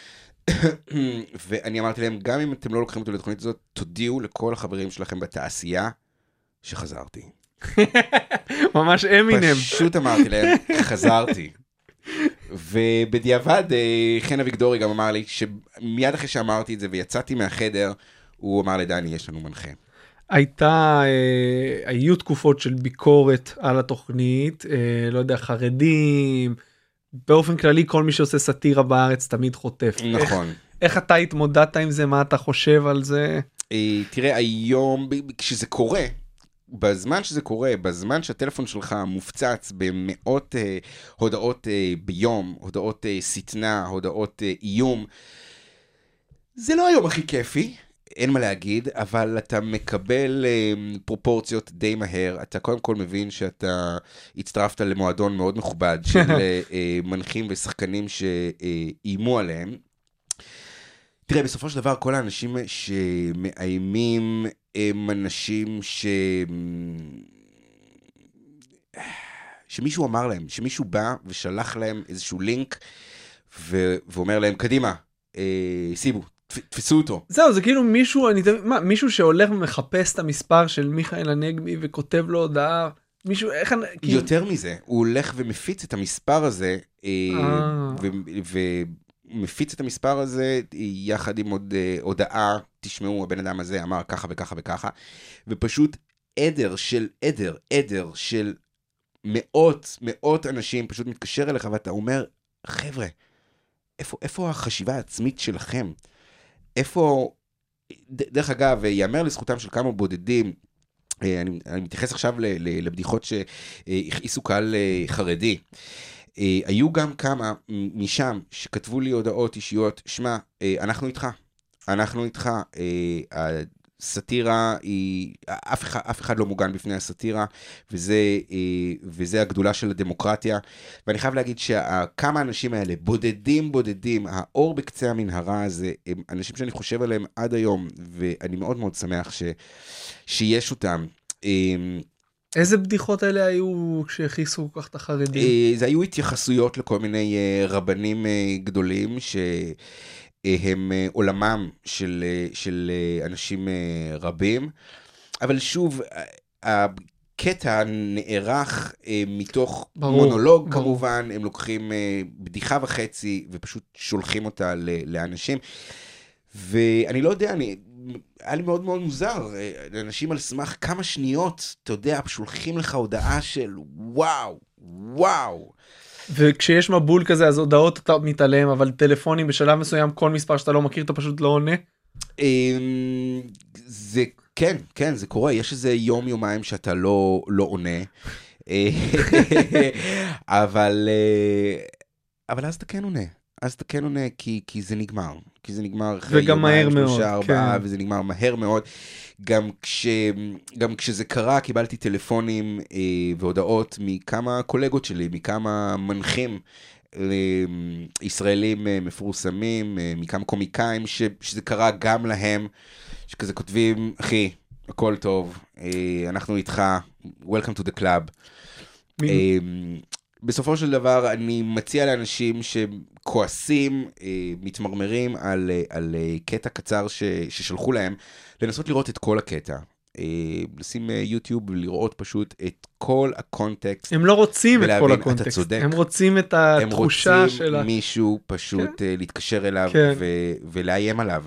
ואני אמרתי להם, גם אם אתם לא לוקחים אותו לתוכנית הזאת, תודיעו לכל החברים שלכם בתעשייה שחזרתי. ממש אמינם. פשוט אמרתי להם, חזרתי. ובדיעבד, חן אביגדורי גם אמר לי, שמיד אחרי שאמרתי את זה ויצאתי מהחדר, הוא אמר לדני, יש לנו מנחה. היו תקופות של ביקורת על התוכנית, לא יודע, חרדים, באופן כללי, כל מי שעושה סאטירה בארץ תמיד חוטף. נכון. איך אתה התמודדת עם זה? מה אתה חושב על זה? תראה, היום, כשזה קורה, בזמן שזה קורה, בזמן שהטלפון שלך מופצץ במאות הודעות ביום, הודעות סטנה, הודעות איום, זה לא היום הכי כיפי, אין מה להגיד, אבל אתה מקבל פרופורציות די מהר, אתה קודם כל מבין שאתה הצטרפת למועדון מאוד מכובד של מנחים ושחקנים שאיימו עליהם. תראה, בסופו של דבר כל האנשים שמאיימים הם אנשים שמישהו אמר להם, שמישהו בא ושלח להם איזשהו לינק ואומר להם, קדימה, סיבו. תפסו אותו. זהו, זה כאילו מישהו שהולך ומחפש את המספר של מיכאל הנגבי וכותב לו הודעה, מישהו, איך... יותר מזה, הוא הולך ומפיץ את המספר הזה, ומפיץ את המספר הזה יחד עם עוד הודעה, תשמעו, הבן אדם הזה אמר ככה וככה וככה, ופשוט עדר של מאות אנשים פשוט מתקשר אליך, ואתה אומר, חבר'ה, איפה החשיבה העצמית שלכם? איפה, דרך אגב, יאמר לזכותם של כמה בודדים, אני מתייחס עכשיו לבדיחות שהכעיסו קהל חרדי, היו גם כמה משם שכתבו לי הודעות אישיות, שמע, אנחנו איתך, הסאטירה היא, אף אחד לא מוגן בפני הסאטירה, וזה הגדולה של הדמוקרטיה, ואני חייב להגיד שכמה האנשים האלה, בודדים, האור בקצה המנהרה הזה, הם אנשים שאני חושב עליהם עד היום, ואני מאוד מאוד שמח שיש אותם. איזה בדיחות האלה היו כשהכיסו כל כך את החרדים? זה היו התייחסויות לכל מיני רבנים גדולים הם עולמם של אנשים רבים, אבל שוב, הקטע נערך מתוך מונולוג כמובן, הם לוקחים בדיחה וחצי ופשוט שולחים אותה לאנשים, ואני לא יודע, היה לי מאוד מאוד מוזר, אנשים על סמך כמה שניות, אתה יודע, שולחים לך הודעה של וואו, וכשיש מבול כזה, אז הודעות אתה מתעלם, אבל טלפונים בשלב מסוים, כל מספר שאתה לא מכיר, אתה פשוט לא עונה. זה, כן, זה קורה. יש איזה יומיים שאתה לא עונה. אבל אז אתה כן עונה. אז אתה כן עונה כי זה נגמר. כי זה נגמר אחרי וגם מהר מאוד, 3-4, כן. וזה נגמר מהר מאוד. גם כשזה קרה, קיבלתי טלפונים והודעות מכמה קולגות שלי, מכמה מנחים ישראלים מפורסמים, מכמה קומיקאים, שזה קרה גם להם, שכזה כותבים, אחי, הכל טוב, אנחנו איתך, welcome to the club. בסופו של דבר, אני מציע לאנשים שכועסים, מתמרמרים על קטע קצר ששלחו להם, לנסות לראות את כל הקטע. לשים יוטיוב ולראות פשוט את כל הקונטקסט. הם לא רוצים את כל הקונטקסט. אתה צודק. הם רוצים את התחושה של... הם רוצים מישהו פשוט להתקשר אליו ולאיים עליו.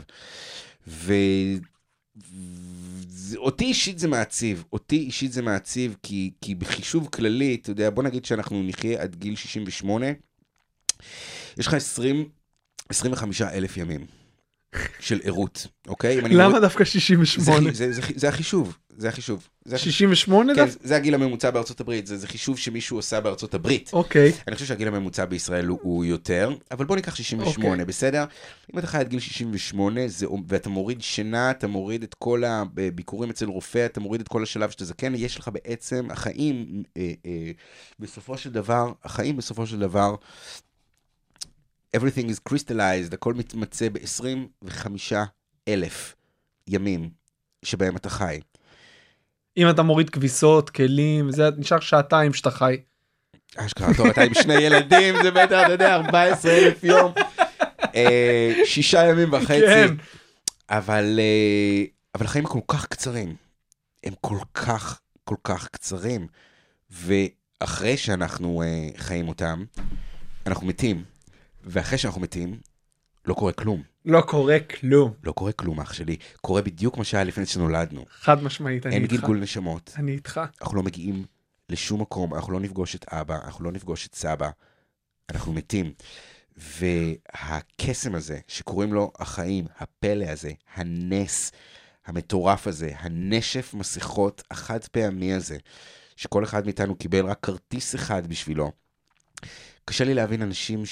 אותי אישית זה מעציב, כי בחישוב כללי, אתה יודע, בוא נגיד שאנחנו נחיה עד גיל 68, יש לך 25,000 ימים של עירות, אוקיי? למה דווקא 68? זה החישוב. 68 כן, זה הגיל הממוצע בארצות הברית, זה חישוב שמישהו עושה בארצות הברית. אוקיי. אני חושב שהגיל הממוצע בישראל הוא יותר, אבל בוא ניקח 68, בסדר? אם אתה חי עד גיל 68, ואתה מוריד שינה, אתה מוריד את כל הביקורים אצל רופא, אתה מוריד את כל השלב שאתה זקן, יש לך בעצם, החיים בסופו של דבר, everything is crystallized, הכל מתמצא ב-25,000 ימים שבהם אתה חי. אם אתה מוריד כביסות, כלים, זה נשאר שעתיים שאתה חי. אשכרה, טוב, אתה עם 2 ילדים, זה בטח, אתה יודע, 14,000 יום, 6 ימים וחצי. כן. אבל החיים כל כך קצרים. הם כל כך קצרים. ואחרי שאנחנו חיים אותם, אנחנו מתים. ואחרי שאנחנו מתים, לא קורה כלום. לא קורה כלום, אח שלי. קורה בדיוק מה שהיה לפני שנולדנו. חד משמעית, אני אין איתך. גלגול נשמות. אני איתך. אנחנו לא מגיעים לשום מקום, אנחנו לא נפגוש את אבא, אנחנו לא נפגוש את סבא, אנחנו מתים. והקסם הזה, שקוראים לו החיים, הפלא הזה, הנס המטורף הזה, הנשף מסכות החד פעמי הזה, שכל אחד מאיתנו קיבל רק כרטיס אחד בשבילו, קשה לי להבין אנשים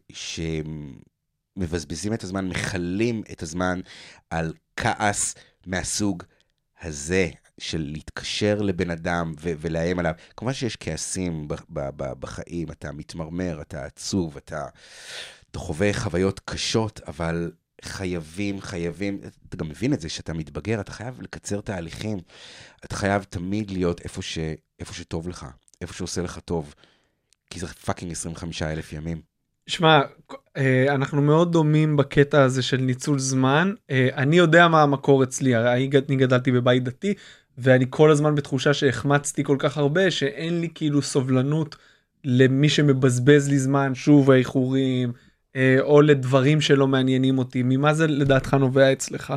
שמבזבזים את הזמן, מחלים את הזמן על כעס מהסוג הזה, של להתקשר לבן אדם ולאיים עליו. כמובן שיש כעסים בחיים, אתה מתמרמר, אתה עצוב, אתה חווה חוויות קשות, אבל חייבים, אתה גם מבין את זה, שאתה מתבגר, אתה חייב לקצר תהליכים, אתה חייב תמיד להיות איפה שטוב לך, איפה שעושה לך טוב, כי זה פאקינג 25,000 ימים. שמע, אנחנו מאוד דומים בקטע הזה של ניצול זמן. אני יודע מה המקור אצלי, אני גדלתי בבית דתי, ואני כל הזמן בתחושה שהחמצתי כל כך הרבה, שאין לי כאילו סובלנות למי שמבזבז לי זמן, שוב האיחורים, או לדברים שלא מעניינים אותי. ממה זה לדעתך נובע אצלך?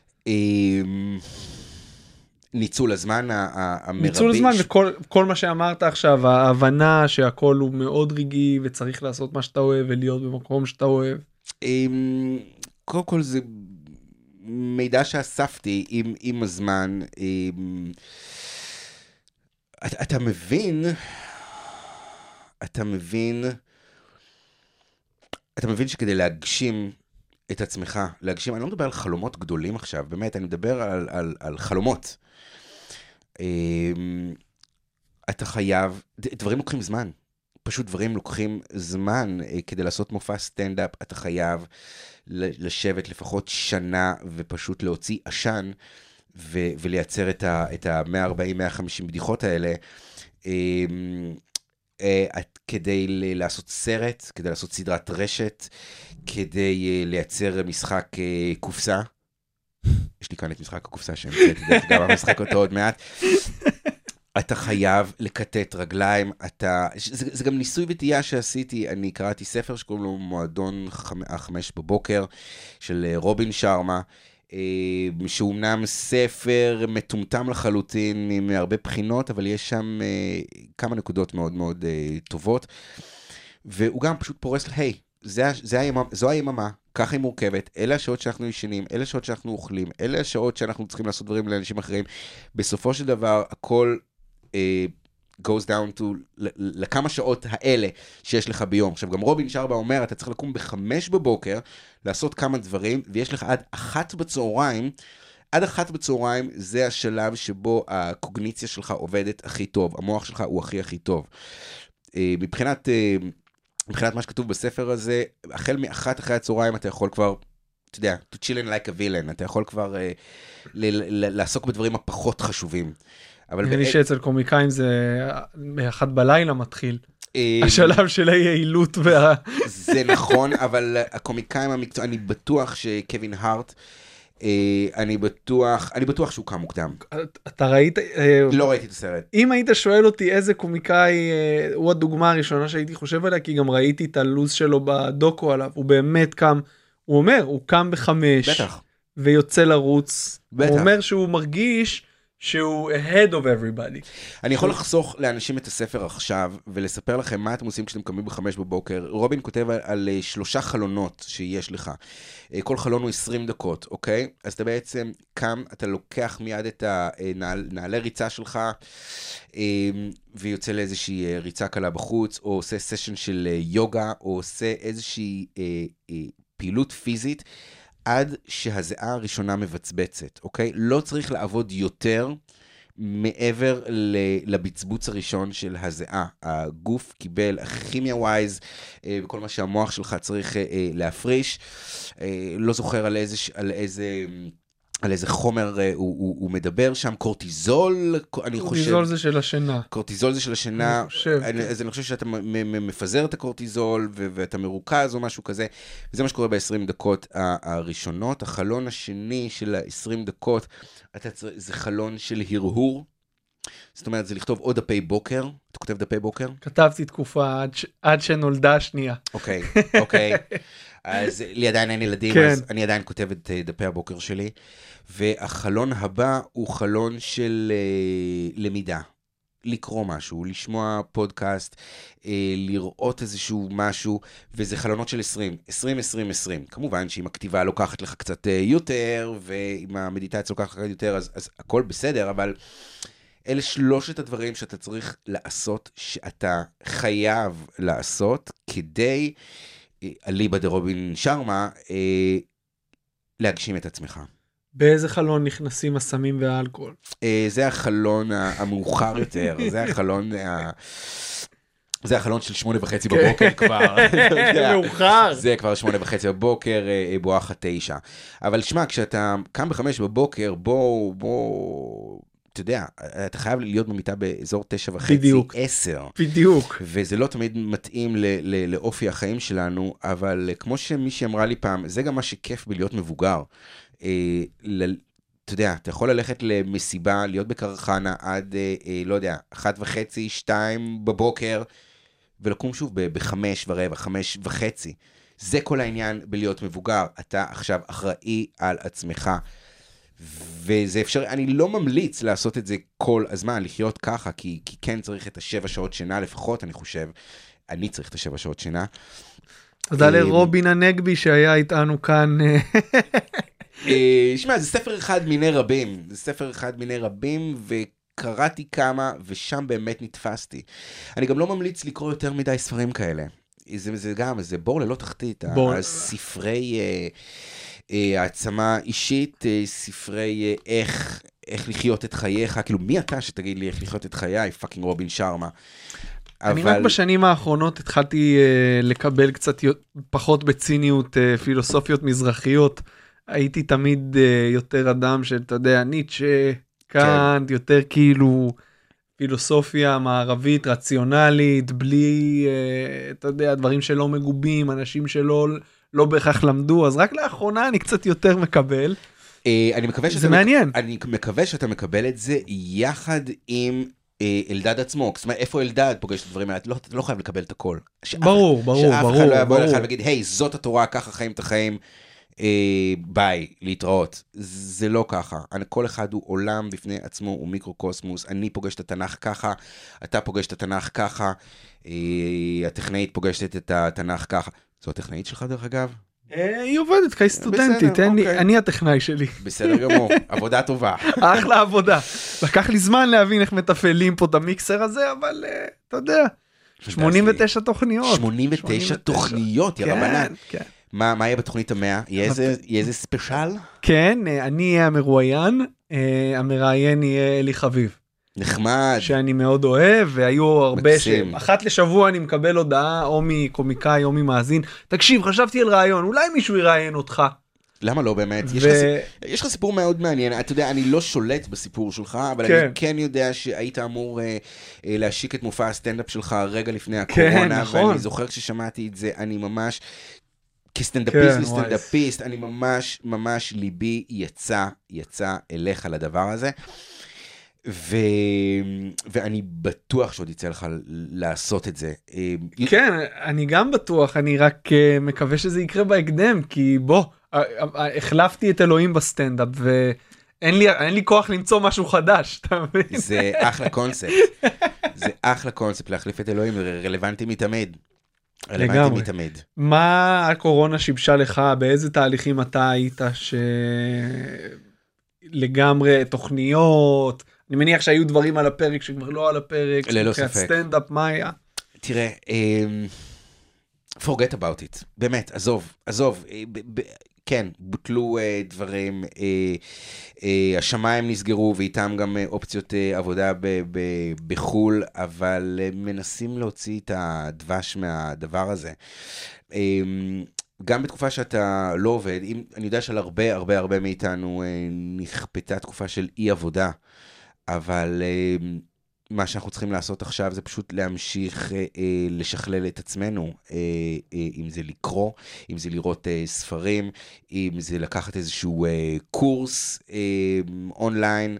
ניצול הזמן המרבי. ניצול הזמן וכל מה שאמרת עכשיו, ההבנה שהכל הוא מאוד רגעי וצריך לעשות מה שאתה אוהב ולהיות במקום שאתה אוהב. קודם כל זה מידע שאספתי עם הזמן. אתה מבין שכדי להגשים את עצמך, אני לא מדבר על חלומות גדולים עכשיו, באמת, אני מדבר על חלומות. אתה חייב, דברים לוקחים זמן, פשוט דברים לוקחים זמן, כדי לעשות מופע סטנדאפ, אתה חייב לשבת לפחות שנה, ופשוט להוציא עשן, ולייצר את ה-140-150 בדיחות האלה, כדי לעשות סרט, כדי לעשות סדרת רשת, כדי לייצר משחק קופסה. יש לי כאן את משחק הקופסה שהמצאתי, גם המשחק אותו עוד מעט. אתה חייב לקטט רגליים, זה גם ניסוי וטעייה שעשיתי, אני קראתי ספר שקוראים לו מועדון 5 בבוקר, של רובין שרמה, שהוא אמנם ספר מטומטם לחלוטין, מהרבה בחינות, אבל יש שם כמה נקודות מאוד מאוד טובות, והוא גם פשוט פורס, היי, זו היממה, ככה היא מורכבת, אלה השעות שאנחנו ישנים, אלה השעות שאנחנו אוכלים, אלה השעות שאנחנו צריכים לעשות דברים לאנשים אחרים. בסופו של דבר, הכל goes down to לכמה שעות האלה שיש לך ביום. עכשיו, גם רובין שרבה אומר, אתה צריך לקום ב5 בבוקר, לעשות כמה דברים, ויש לך עד 1 בצהריים, עד 1 בצהריים זה השלב שבו הקוגניציה שלך עובדת הכי טוב, המוח שלך הוא הכי טוב. מבחינת מה שכתוב בספר הזה, החל מ1 אחרי הצהריים אתה יכול כבר, אתה יודע, to chill in like a villain, אתה יכול כבר לעסוק בדברים הפחות חשובים. נראה לי שאצל קומיקאים זה מ1 בלילה מתחיל. השלב של היעילות זה נכון, אבל הקומיקאים המקצועיים, אני בטוח שקווין הארט, אני בטוח שהוא קם מוקדם. אתה ראית? לא ראיתי את הסרט. אם היית שואל אותי איזה קומיקאי הוא הדוגמה הראשונה שהייתי חושב עליה, כי גם ראיתי את הלוז שלו בדוקו עליו, הוא באמת קם, הוא אומר, הוא קם ב5, בטח. ויוצא לרוץ. בטח. הוא אומר שהוא מרגיש שהוא ahead of everybody. אני יכול לחסוך לאנשים את הספר עכשיו, ולספר לכם מה אתם עושים כשאתם קמים ב5 בבוקר. רובין כותב על 3 חלונות שיש לך. כל חלון הוא 20 דקות, אוקיי? אז אתה בעצם קם, אתה לוקח מיד את הנעלי ריצה שלך, ויוצא לאיזושהי ריצה קלה בחוץ, או עושה סשן של יוגה, או עושה איזושהי פעילות פיזית, עד שהזיעה הראשונה מבצבצת, אוקיי? לא צריך לעבוד יותר מעבר לבצבוץ הראשון של הזיעה. הגוף קיבל הכימיה ווייז, וכל מה שהמוח שלך צריך להפריש. לא זוכר על איזה חומר הוא מדבר שם, קורטיזול, אני חושב. קורטיזול זה של השינה. קורטיזול זה של השינה, אז אני חושב שאתה מפזר את הקורטיזול, ואתה מרוכז או משהו כזה, וזה מה שקורה ב-20 דקות הראשונות. החלון השני של ה-20 דקות, זה חלון של הרהור, זאת אומרת, זה לכתוב עוד דפי בוקר. אתה כותב דפי בוקר? כתבתי תקופה עד שנולדה השנייה. אוקיי. אז לי עדיין אין ילדים, אז אני עדיין כותב את דפי הבוקר שלי. והחלון הבא הוא חלון של למידה. לקרוא משהו, לשמוע פודקאסט, לראות איזשהו משהו, וזה חלונות של 20. כמובן שאם הכתיבה לוקחת לך קצת יותר, ואם המדיטציה לוקחת לך יותר, אז הכל בסדר, אבל אלה 3 הדברים שאתה צריך לעשות, שאתה חייב לעשות, כדי, אליבא דרובין שרמה, להגשים את עצמך. באיזה חלון נכנסים הסמים והאלכוהול? זה החלון המאוחר יותר, זה החלון של 8:30 בבוקר כבר. מאוחר. זה כבר 8:30 בבוקר, בואכה 9. אבל שמע, כשאתה קם ב5 בבוקר, בוא, אתה יודע, אתה חייב להיות במיטה באזור 9:30, בדיוק. 10. בדיוק. וזה לא תמיד מתאים לאופי החיים שלנו, אבל כמו שמישהי אמרה לי פעם, זה גם מה שכיף בלהיות מבוגר. אתה יודע, אתה יכול ללכת למסיבה, להיות בקרחנה עד, לא יודע, 1:30, 2 בבוקר, ולקום שוב ב5:15, 5:30. זה כל העניין בלהיות מבוגר. אתה עכשיו אחראי על עצמך. וזה אפשר, אני לא ממליץ לעשות את זה כל הזמן, לחיות ככה, כי כן צריך את 7 שעות שינה לפחות, אני חושב. אני צריך את 7 שעות שינה. תודה לרובין הנגבי שהיה איתנו כאן. שמע, זה ספר אחד מיני רבים, וקראתי כמה, ושם באמת נתפסתי. אני גם לא ממליץ לקרוא יותר מדי ספרים כאלה. זה גם, זה בור ללא תחתית. ספרי העצמה אישית, ספרי איך לחיות את חייך, כאילו מי אתה שתגיד לי איך לחיות את חיי, פאקינג רובין שרמה. אני רק בשנים האחרונות התחלתי לקבל קצת פחות בציניות פילוסופיות מזרחיות, הייתי תמיד יותר אדם שאתה יודע, ניטשה, קאנט, יותר כאילו פילוסופיה מערבית, רציונלית, בלי, אתה יודע, דברים שלא מגובים, אנשים שלא בהכרח למדו, אז רק לאחרונה אני קצת יותר מקבל. זה מעניין. אני מקווה שאתה מקבל את זה יחד עם אלדד עצמו. זאת אומרת, איפה אלדד פוגש את הדברים האלה? אתה לא חייב לקבל את הכל. ברור. שאף אחד לא יבוא לך ולהגיד, היי, זאת התורה, ככה חיים את החיים. ביי, להתראות. זה לא ככה. כל אחד הוא עולם בפני עצמו, הוא מיקרוקוסמוס. אני פוגש את התנ"ך ככה, אתה פוגש את התנ"ך ככה, הטכנאית פוגשת את התנ"ך ככה. זו הטכנאית שלך דרך אגב? היא עובדת כסטודנטית, אני הטכנאי שלי. בסדר גמור, עבודה טובה. אחלה עבודה. לקח לי זמן להבין איך מתפעלים פה את המיקסר הזה, אבל אתה יודע, 89 תוכניות. 89 תוכניות, יא רבנן. מה יהיה בתוכנית 100? יהיה איזה ספיישל? כן, אני אהיה המרואיין, המראיין יהיה אלי חביב. נחמד. שאני מאוד אוהב, והיו הרבה אחת לשבוע אני מקבל הודעה, או מקומיקאי או ממאזין, תקשיב, חשבתי על רעיון, אולי מישהו יראיין אותך. למה לא באמת? יש לך סיפור מאוד מעניין, אתה יודע, אני לא שולט בסיפור שלך, אבל אני כן יודע שהיית אמור להשיק את מופע הסטנדאפ שלך רגע לפני הקורונה, ואני זוכר כששמעתי את זה, אני ממש, כסטנדאפיסט, אני ממש ליבי יצא אליך לדבר הזה. ואני בטוח שעוד יצא לך לעשות את זה. כן, אני גם בטוח, אני רק מקווה שזה יקרה בהקדם, כי בוא, החלפתי את אלוהים בסטנדאפ, ואין לי כוח למצוא משהו חדש, אתה מבין? זה אחלה קונספט. זה אחלה קונספט להחליף את אלוהים, רלוונטי מתמיד. רלוונטי מתמיד. מה הקורונה שיבשה לך, באיזה תהליכים אתה היית לגמרי תוכניות, אני מניח שהיו דברים על הפרק שכבר לא על הפרק, ללא ספק. סטנדאפ, מה היה? תראה, forget about it, באמת, עזוב, כן, בוטלו דברים, השמיים נסגרו ואיתם גם אופציות עבודה בחול, אבל מנסים להוציא את הדבש מהדבר הזה. גם בתקופה שאתה לא עובד, אני יודע של הרבה מאיתנו נכפתה תקופה של אי עבודה, אבל מה שאנחנו צריכים לעשות עכשיו זה פשוט להמשיך לשכלל את עצמנו, אם זה לקרוא, אם זה לראות ספרים, אם זה לקחת איזשהו קורס אונליין,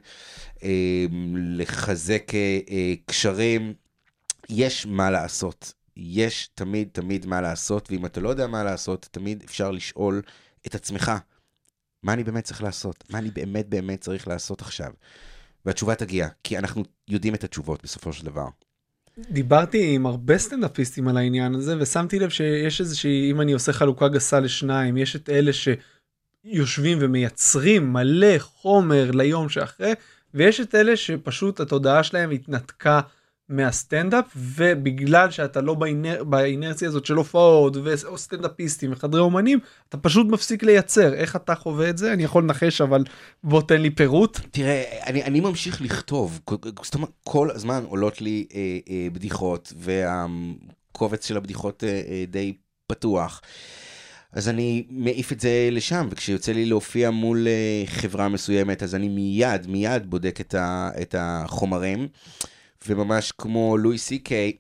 לחזק קשרים, יש מה לעשות. יש תמיד מה לעשות, ואם אתה לא יודע מה לעשות, תמיד אפשר לשאול את עצמך, מה אני באמת צריך לעשות? מה אני באמת צריך לעשות עכשיו? והתשובה תגיע, כי אנחנו יודעים את התשובות בסופו של דבר. דיברתי עם הרבה סטנדאפיסטים על העניין הזה, ושמתי לב שיש איזושהי, אם אני עושה חלוקה גסה לשניים, יש את אלה שיושבים ומייצרים מלא חומר ליום שאחרי, ויש את אלה שפשוט התודעה שלהם התנתקה מהסטנדאפ, ובגלל שאתה לא באינרציה הזאת של הופעות, או סטנדאפיסטים וחדרי אומנים, אתה פשוט מפסיק לייצר. איך אתה חווה את זה? אני יכול לנחש, אבל בוא תן לי פירוט. תראה, אני ממשיך לכתוב, זאת אומרת, כל הזמן עולות לי בדיחות, והקובץ של הבדיחות די פתוח. אז אני מעיף את זה לשם, וכשיוצא לי להופיע מול חברה מסוימת, אז אני מיד בודק את החומרים, וממש כמו לואי סי קיי,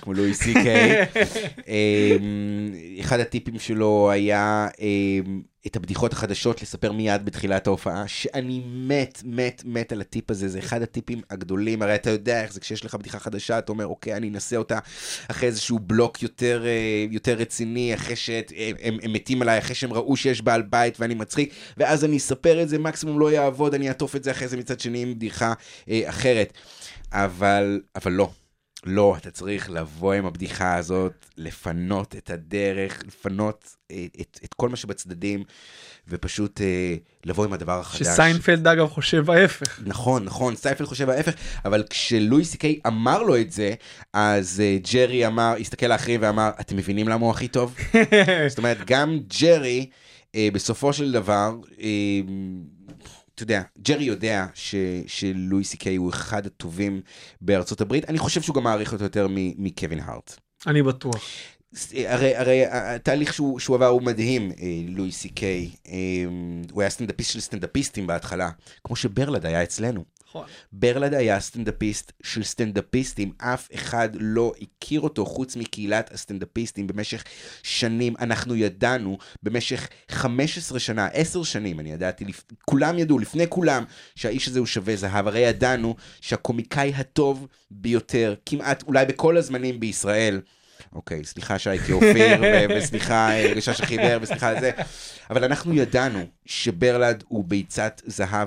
אחד הטיפים שלו היה את הבדיחות החדשות לספר מיד בתחילת ההופעה, שאני מת על הטיפ הזה, זה אחד הטיפים הגדולים, הרי אתה יודע איך זה כשיש לך בדיחה חדשה, אתה אומר אוקיי, אני אנסה אותה אחרי איזשהו בלוק יותר רציני, אחרי שהם מתים עליי, אחרי שהם ראו שיש בעל בית ואני מצחיק, ואז אני אספר את זה, מקסימום לא יעבוד, אני אעטוף את זה אחרי זה מצד שני עם בדיחה אחרת. אבל לא, אתה צריך לבוא עם הבדיחה הזאת, לפנות את הדרך, לפנות את כל מה שבצדדים, ופשוט לבוא עם הדבר החדש. שסיינפלד אגב חושב ההפך. נכון, סיינפלד חושב ההפך, אבל כשלואי סי קיי אמר לו את זה, אז ג'רי הסתכל לאחרים ואמר, אתם מבינים למה הוא הכי טוב? זאת אומרת, גם ג'רי, בסופו של דבר, אתה יודע, ג'רי יודע שלואי סי קיי הוא אחד הטובים בארצות הברית, אני חושב שהוא גם מעריך אותו יותר מקווין הארט. אני בטוח. הרי התהליך שהוא עבר הוא מדהים, לואי סי קיי, הוא היה סטנדאפיסט של סטנדאפיסטים בהתחלה, כמו שברלד היה אצלנו. ברלד היה סטנדאפיסט של סטנדאפיסטים, אף אחד לא הכיר אותו חוץ מקהילת הסטנדאפיסטים במשך שנים. אנחנו ידענו במשך 15 שנה, 10 שנים, אני ידעתי, כולם ידעו, לפני כולם, שהאיש הזה הוא שווה זהב. הרי ידענו שהקומיקאי הטוב ביותר, כמעט אולי בכל הזמנים בישראל, אוקיי, סליחה שהייתי אופיר, וסליחה גשש החיוור, וסליחה זה, אבל אנחנו ידענו שברלד הוא ביצת זהב,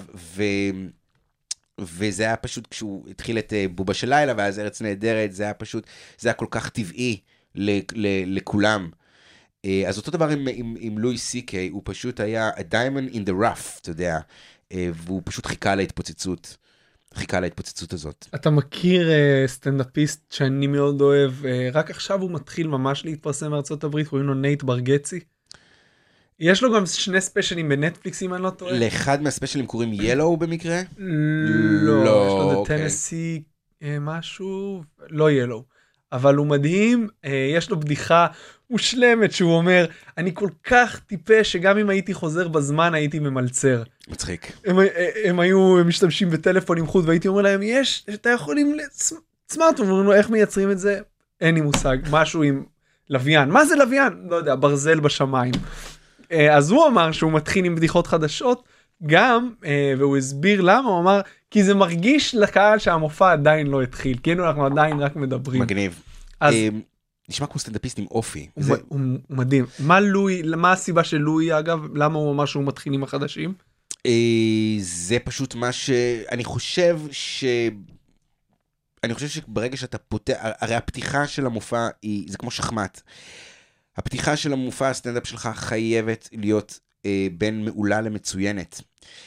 וזה היה פשוט כשהוא התחיל את בובה של לילה, ואז ארץ נהדרת, זה היה פשוט, זה היה כל כך טבעי לכולם. אז אותו דבר עם לואי סי-קיי, הוא פשוט היה a diamond in the rough, אתה יודע, והוא פשוט חיכה להתפוצצות הזאת. אתה מכיר סטנדאפיסט שאני מאוד אוהב, רק עכשיו הוא מתחיל ממש להתפרסם מארצות הברית, קוראים לו נייט ברגצי. יש לו גם 2 ספיישלים בנטפליקס, אם אני לא טועה. לאחד מהספיישלים קוראים ילו במקרה? לא, יש לו The Tennessee משהו, לא ילו. אבל הוא מדהים, יש לו בדיחה מושלמת שהוא אומר, אני כל כך טיפש שגם אם הייתי חוזר בזמן הייתי ממלצר. מצחיק. הם היו משתמשים בטלפון עם חוט והייתי אומר להם, אתה יכול עם סמארטפון, ואומרים לו איך מייצרים את זה? אין לי מושג, משהו עם לוויין. מה זה לוויין? לא יודע, ברזל בשמיים. אז הוא אמר שהוא מתחיל עם בדיחות חדשות, גם, והוא הסביר למה, הוא אמר, כי זה מרגיש לקהל שהמופע עדיין לא התחיל, כאילו אנחנו עדיין רק מדברים. מגניב. נשמע כמו סטנדאפיסט עם אופי. הוא מדהים. מה הסיבה של לואי אגב? למה הוא אמר שהוא מתחיל עם החדשים? זה פשוט מה שאני חושב שברגע שאתה פותח, הרי הפתיחה של המופע זה כמו שחמט. הפתיחה של המופע הסטנדאפ שלך חייבת להיות בין מעולה למצוינת.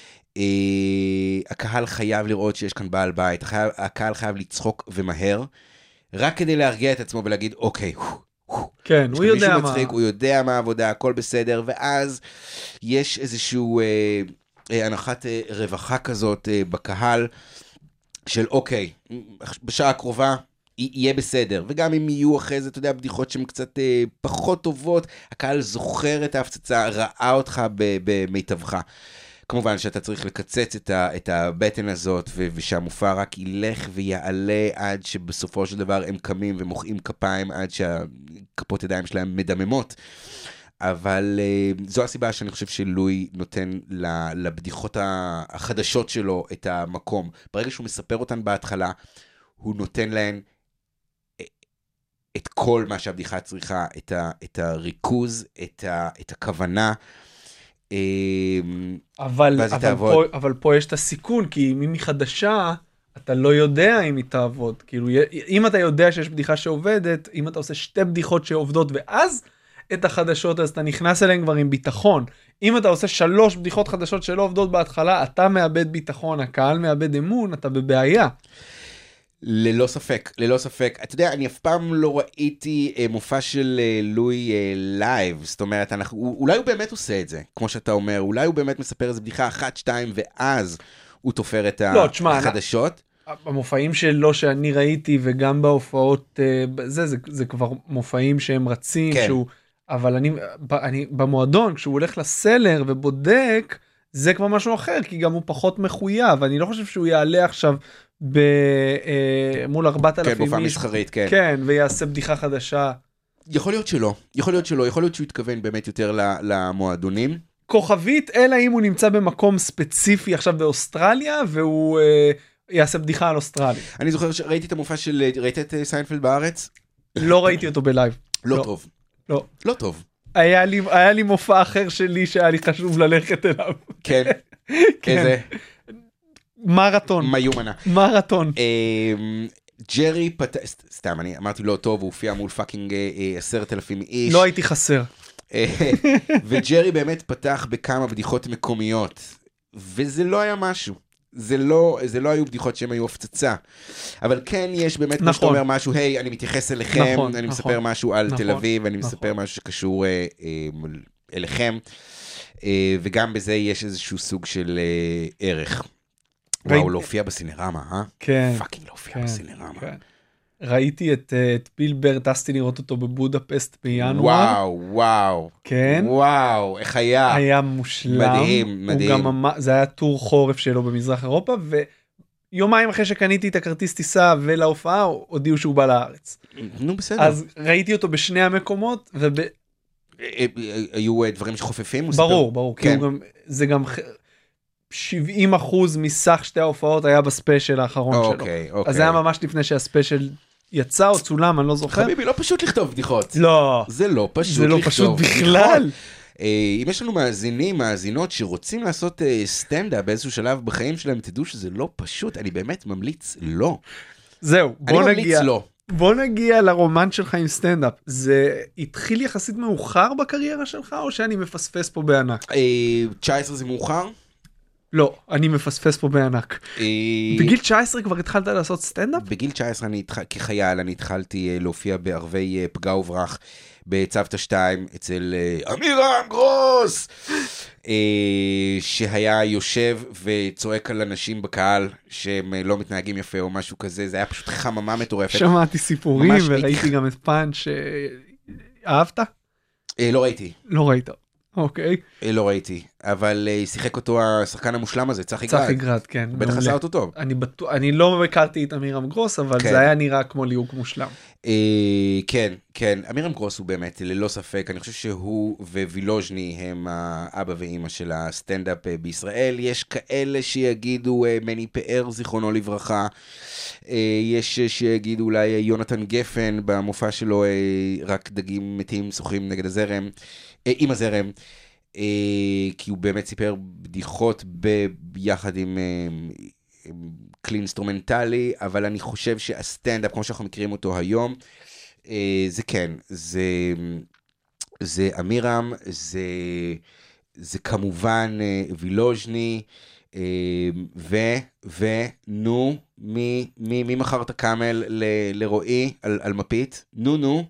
הקהל חייב לראות שיש כאן בעל בית, הקהל חייב לצחוק ומהר, רק כדי להרגיע את עצמו ולהגיד, אוקיי, כן, הוא יודע מה. הוא יודע מה העבודה, הכל בסדר, ואז יש איזשהו הנחת רווחה כזאת בקהל, של אוקיי, בשעה הקרובה, יהיה בסדר, וגם אם יהיו אחרי זה, אתה יודע, בדיחות שהן קצת פחות טובות, הקהל זוכר את ההפצצה, ראה אותך במיטבך. כמובן שאתה צריך לקצץ את הבטן הזאת, ושהמופע רק ילך ויעלה עד שבסופו של דבר הם קמים ומוחאים כפיים, עד שהכפות ידיים שלהם מדממות. אבל זו הסיבה שאני חושב שלואי נותן לבדיחות החדשות שלו את המקום. ברגע שהוא מספר אותן בהתחלה, הוא נותן להן את כל מה שהבדיחה צריכה, את הריכוז, את הכוונה, אבל פה יש את הסיכון, כי אם היא חדשה, אתה לא יודע אם היא תעבוד. כאילו, אם אתה יודע שיש בדיחה שעובדת, אם אתה עושה 2 בדיחות שעובדות, ואז את החדשות, אז אתה נכנס אליהן כבר עם ביטחון. אם אתה עושה 3 בדיחות חדשות שלא עובדות בהתחלה, אתה מאבד ביטחון, הקהל מאבד אמון, אתה בבעיה. ללא ספק, ללא ספק. אתה יודע, אני אף פעם לא ראיתי מופע של לואי לייב, זאת אומרת, אולי הוא באמת עושה את זה, כמו שאתה אומר, אולי הוא באמת מספר איזה בדיחה 1, 2, ואז הוא תופר את החדשות. המופעים שלו שאני ראיתי, וגם בהופעות, זה כבר מופעים שהם רצים, כן. אבל אני במועדון, כשהוא הולך לסלר ובודק, זה כבר משהו אחר, כי גם הוא פחות מחויב, אני לא חושב שהוא יעלה עכשיו מול 4,000 כן, מופע מסחרית, כן. כן, ויעשה בדיחה חדשה. יכול להיות שלא, יכול להיות שהוא יתכוון באמת יותר למועדונים. כוכבית, אלא אם הוא נמצא במקום ספציפי עכשיו באוסטרליה, והוא יעשה בדיחה על אוסטרליה. אני זוכר שראיתי את המופע ראית את סיינפלד בארץ? לא ראיתי אותו בלייב. לא טוב. לא טוב. היה לי מופע אחר שלי שהיה לי חשוב ללכת אליו. כן. איזה? מרתון. מיומנה. מרתון. ג'רי פתח, סתם, אני אמרתי לא טוב, הוא הופיע מול פאקינג 10,000 איש. לא הייתי חסר. וג'רי באמת פתח בכמה בדיחות מקומיות, וזה לא היה משהו. זה לא היו בדיחות שהם היו הפצצה. אבל כן יש באמת, כמו שאתה אומר משהו, היי, אני מתייחס אליכם, אני מספר משהו על תל אביב, אני מספר משהו שקשור אליכם, וגם בזה יש איזשהו סוג של ערך. וואו, להופיע בסינרמה, אה? כן. פאקינג להופיע בסינרמה. ראיתי את פילבר, טסתי לראות אותו בבודפסט בינואר. וואו. כן. וואו, איך היה? היה מושלם. מדהים. זה היה טור חורף שלו במזרח אירופה, ויומיים אחרי שקניתי את הכרטיס טיסה ולהופעה, הודיעו שהוא בא לארץ. נו, בסדר. אז ראיתי אותו בשני המקומות, היו דברים שחופפים? ברור. זה גם 70% מסך שתי ההופעות היה בספיישל האחרון שלו. אז זה היה ממש לפני שהספיישל יצא או צולם, אני לא זוכר. חביבי, לא פשוט לכתוב בדיחות. לא. זה לא פשוט זה לא לכתוב פשוט בדיחות. בכלל. אם יש לנו מאזינים, מאזינות שרוצים לעשות סטנדאפ באיזשהו שלב בחיים שלהם, תדעו שזה לא פשוט, אני באמת ממליץ לא. זהו, אני ממליץ לא. בוא נגיע לרומן שלך עם סטנדאפ. זה התחיל יחסית מאוחר בקריירה שלך, או שאני מפספס פה בענק? 19 זה מאוחר? לא, אני מפספס פה בענק. בגיל 19 כבר התחלת לעשות סטנדאפ? בגיל 19 כחייל אני התחלתי להופיע בערבי פגע וברח בצוותא 2 אצל אמירם גרוס, שהיה יושב וצועק על אנשים בקהל שהם לא מתנהגים יפה או משהו כזה. זה היה פשוט חממה מטורפת. שמעתי סיפורים וראיתי גם את פאנץ'. אהבת? לא ראיתי. לא ראית. אוקיי. לא ראיתי, אבל שיחק אותו השחקן המושלם הזה, צחי גרד. צחי גרד, כן. בטח עשה אותו טוב. אני לא הכרתי את אמירם גרוס, אבל זה היה נראה כמו ליהוק מושלם. כן, כן. אמירם גרוס הוא באמת, ללא ספק, אני חושב שהוא ווילוז'ני הם האבא ואמא של הסטנדאפ בישראל. יש כאלה שיגידו מני פאר, זיכרונו לברכה. יש שיגידו אולי יונתן גפן, במופע שלו רק דגים מתים שוחים נגד הזרם. עם הזרם, כי הוא באמת סיפר בדיחות ביחד עם כלי אינסטרומנטלי, אבל אני חושב שהסטנדאפ, כמו שאנחנו מכירים אותו היום, זה כן, זה אמירם, זה כמובן וילוז'ני, נו, מי מכר את הקאמל לרועי על מפית? נו.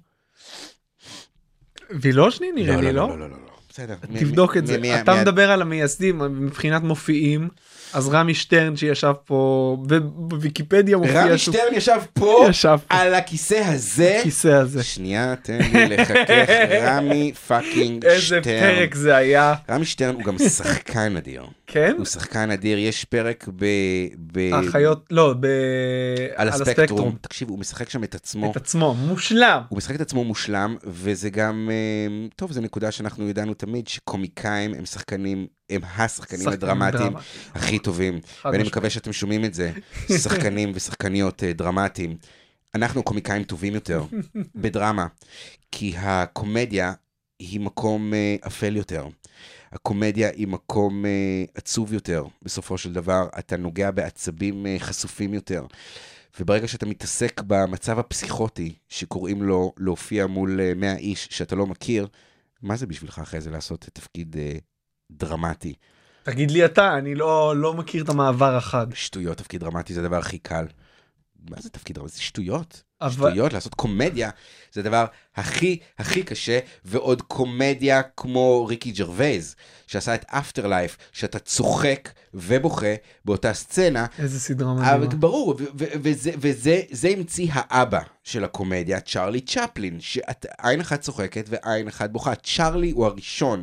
וילוז'ני נראה לי, לא? לא, בסדר. תבדוק את זה. אתה מדבר על המייסדים, מבחינת מופיעים, אז רמי שטרן שישב פה, בוויקיפדיה מופיע... רמי שטרן ישב פה, על הכיסא הזה. הכיסא הזה. שנייה, תן לי לחכך, רמי פאקינג שטרן. איזה פרק זה היה. רמי שטרן הוא גם שחקן אדיר. כן? הוא שחקן אדיר, יש פרק החיות, לא, על הספקטרום. תקשיב, הוא משחק שם את עצמו. את עצמו, מושלם. הוא משחק את עצמו מושלם, וזה גם, טוב, זו נקודה שאנחנו ידענו תמיד, שקומיקאים הם שחקנים, הם השחקנים הדרמטיים הכי טובים. ואני מקווה שאתם שומעים את זה, שחקנים ושחקניות דרמטיים. אנחנו קומיקאים טובים יותר, בדרמה, כי הקומדיה היא מקום אפל יותר. הקומדיה היא מקום עצוב יותר, בסופו של דבר. אתה נוגע בעצבים חשופים יותר. וברגע שאתה מתעסק במצב הפסיכוטי, שקוראים לו להופיע מול 100 איש שאתה לא מכיר, מה זה בשבילך אחרי זה לעשות תפקיד דרמטי? תגיד לי אתה, אני לא מכיר את המעבר החד. שטויות, תפקיד דרמטי זה הדבר הכי קל. מה זה תפקיד דרמטי? זה שטויות. שטויות, לעשות קומדיה, זה הדבר הכי קשה, ועוד קומדיה כמו ריקי ג'רווייז, שעשה את אפטרלייף, שאתה צוחק ובוכה באותה סצנה. איזה סדרה מדהימה. ברור, וזה המציא האבא של הקומדיה, צ'רלי צ'פלין, שעין אחת צוחקת ועין אחת בוכה. צ'רלי הוא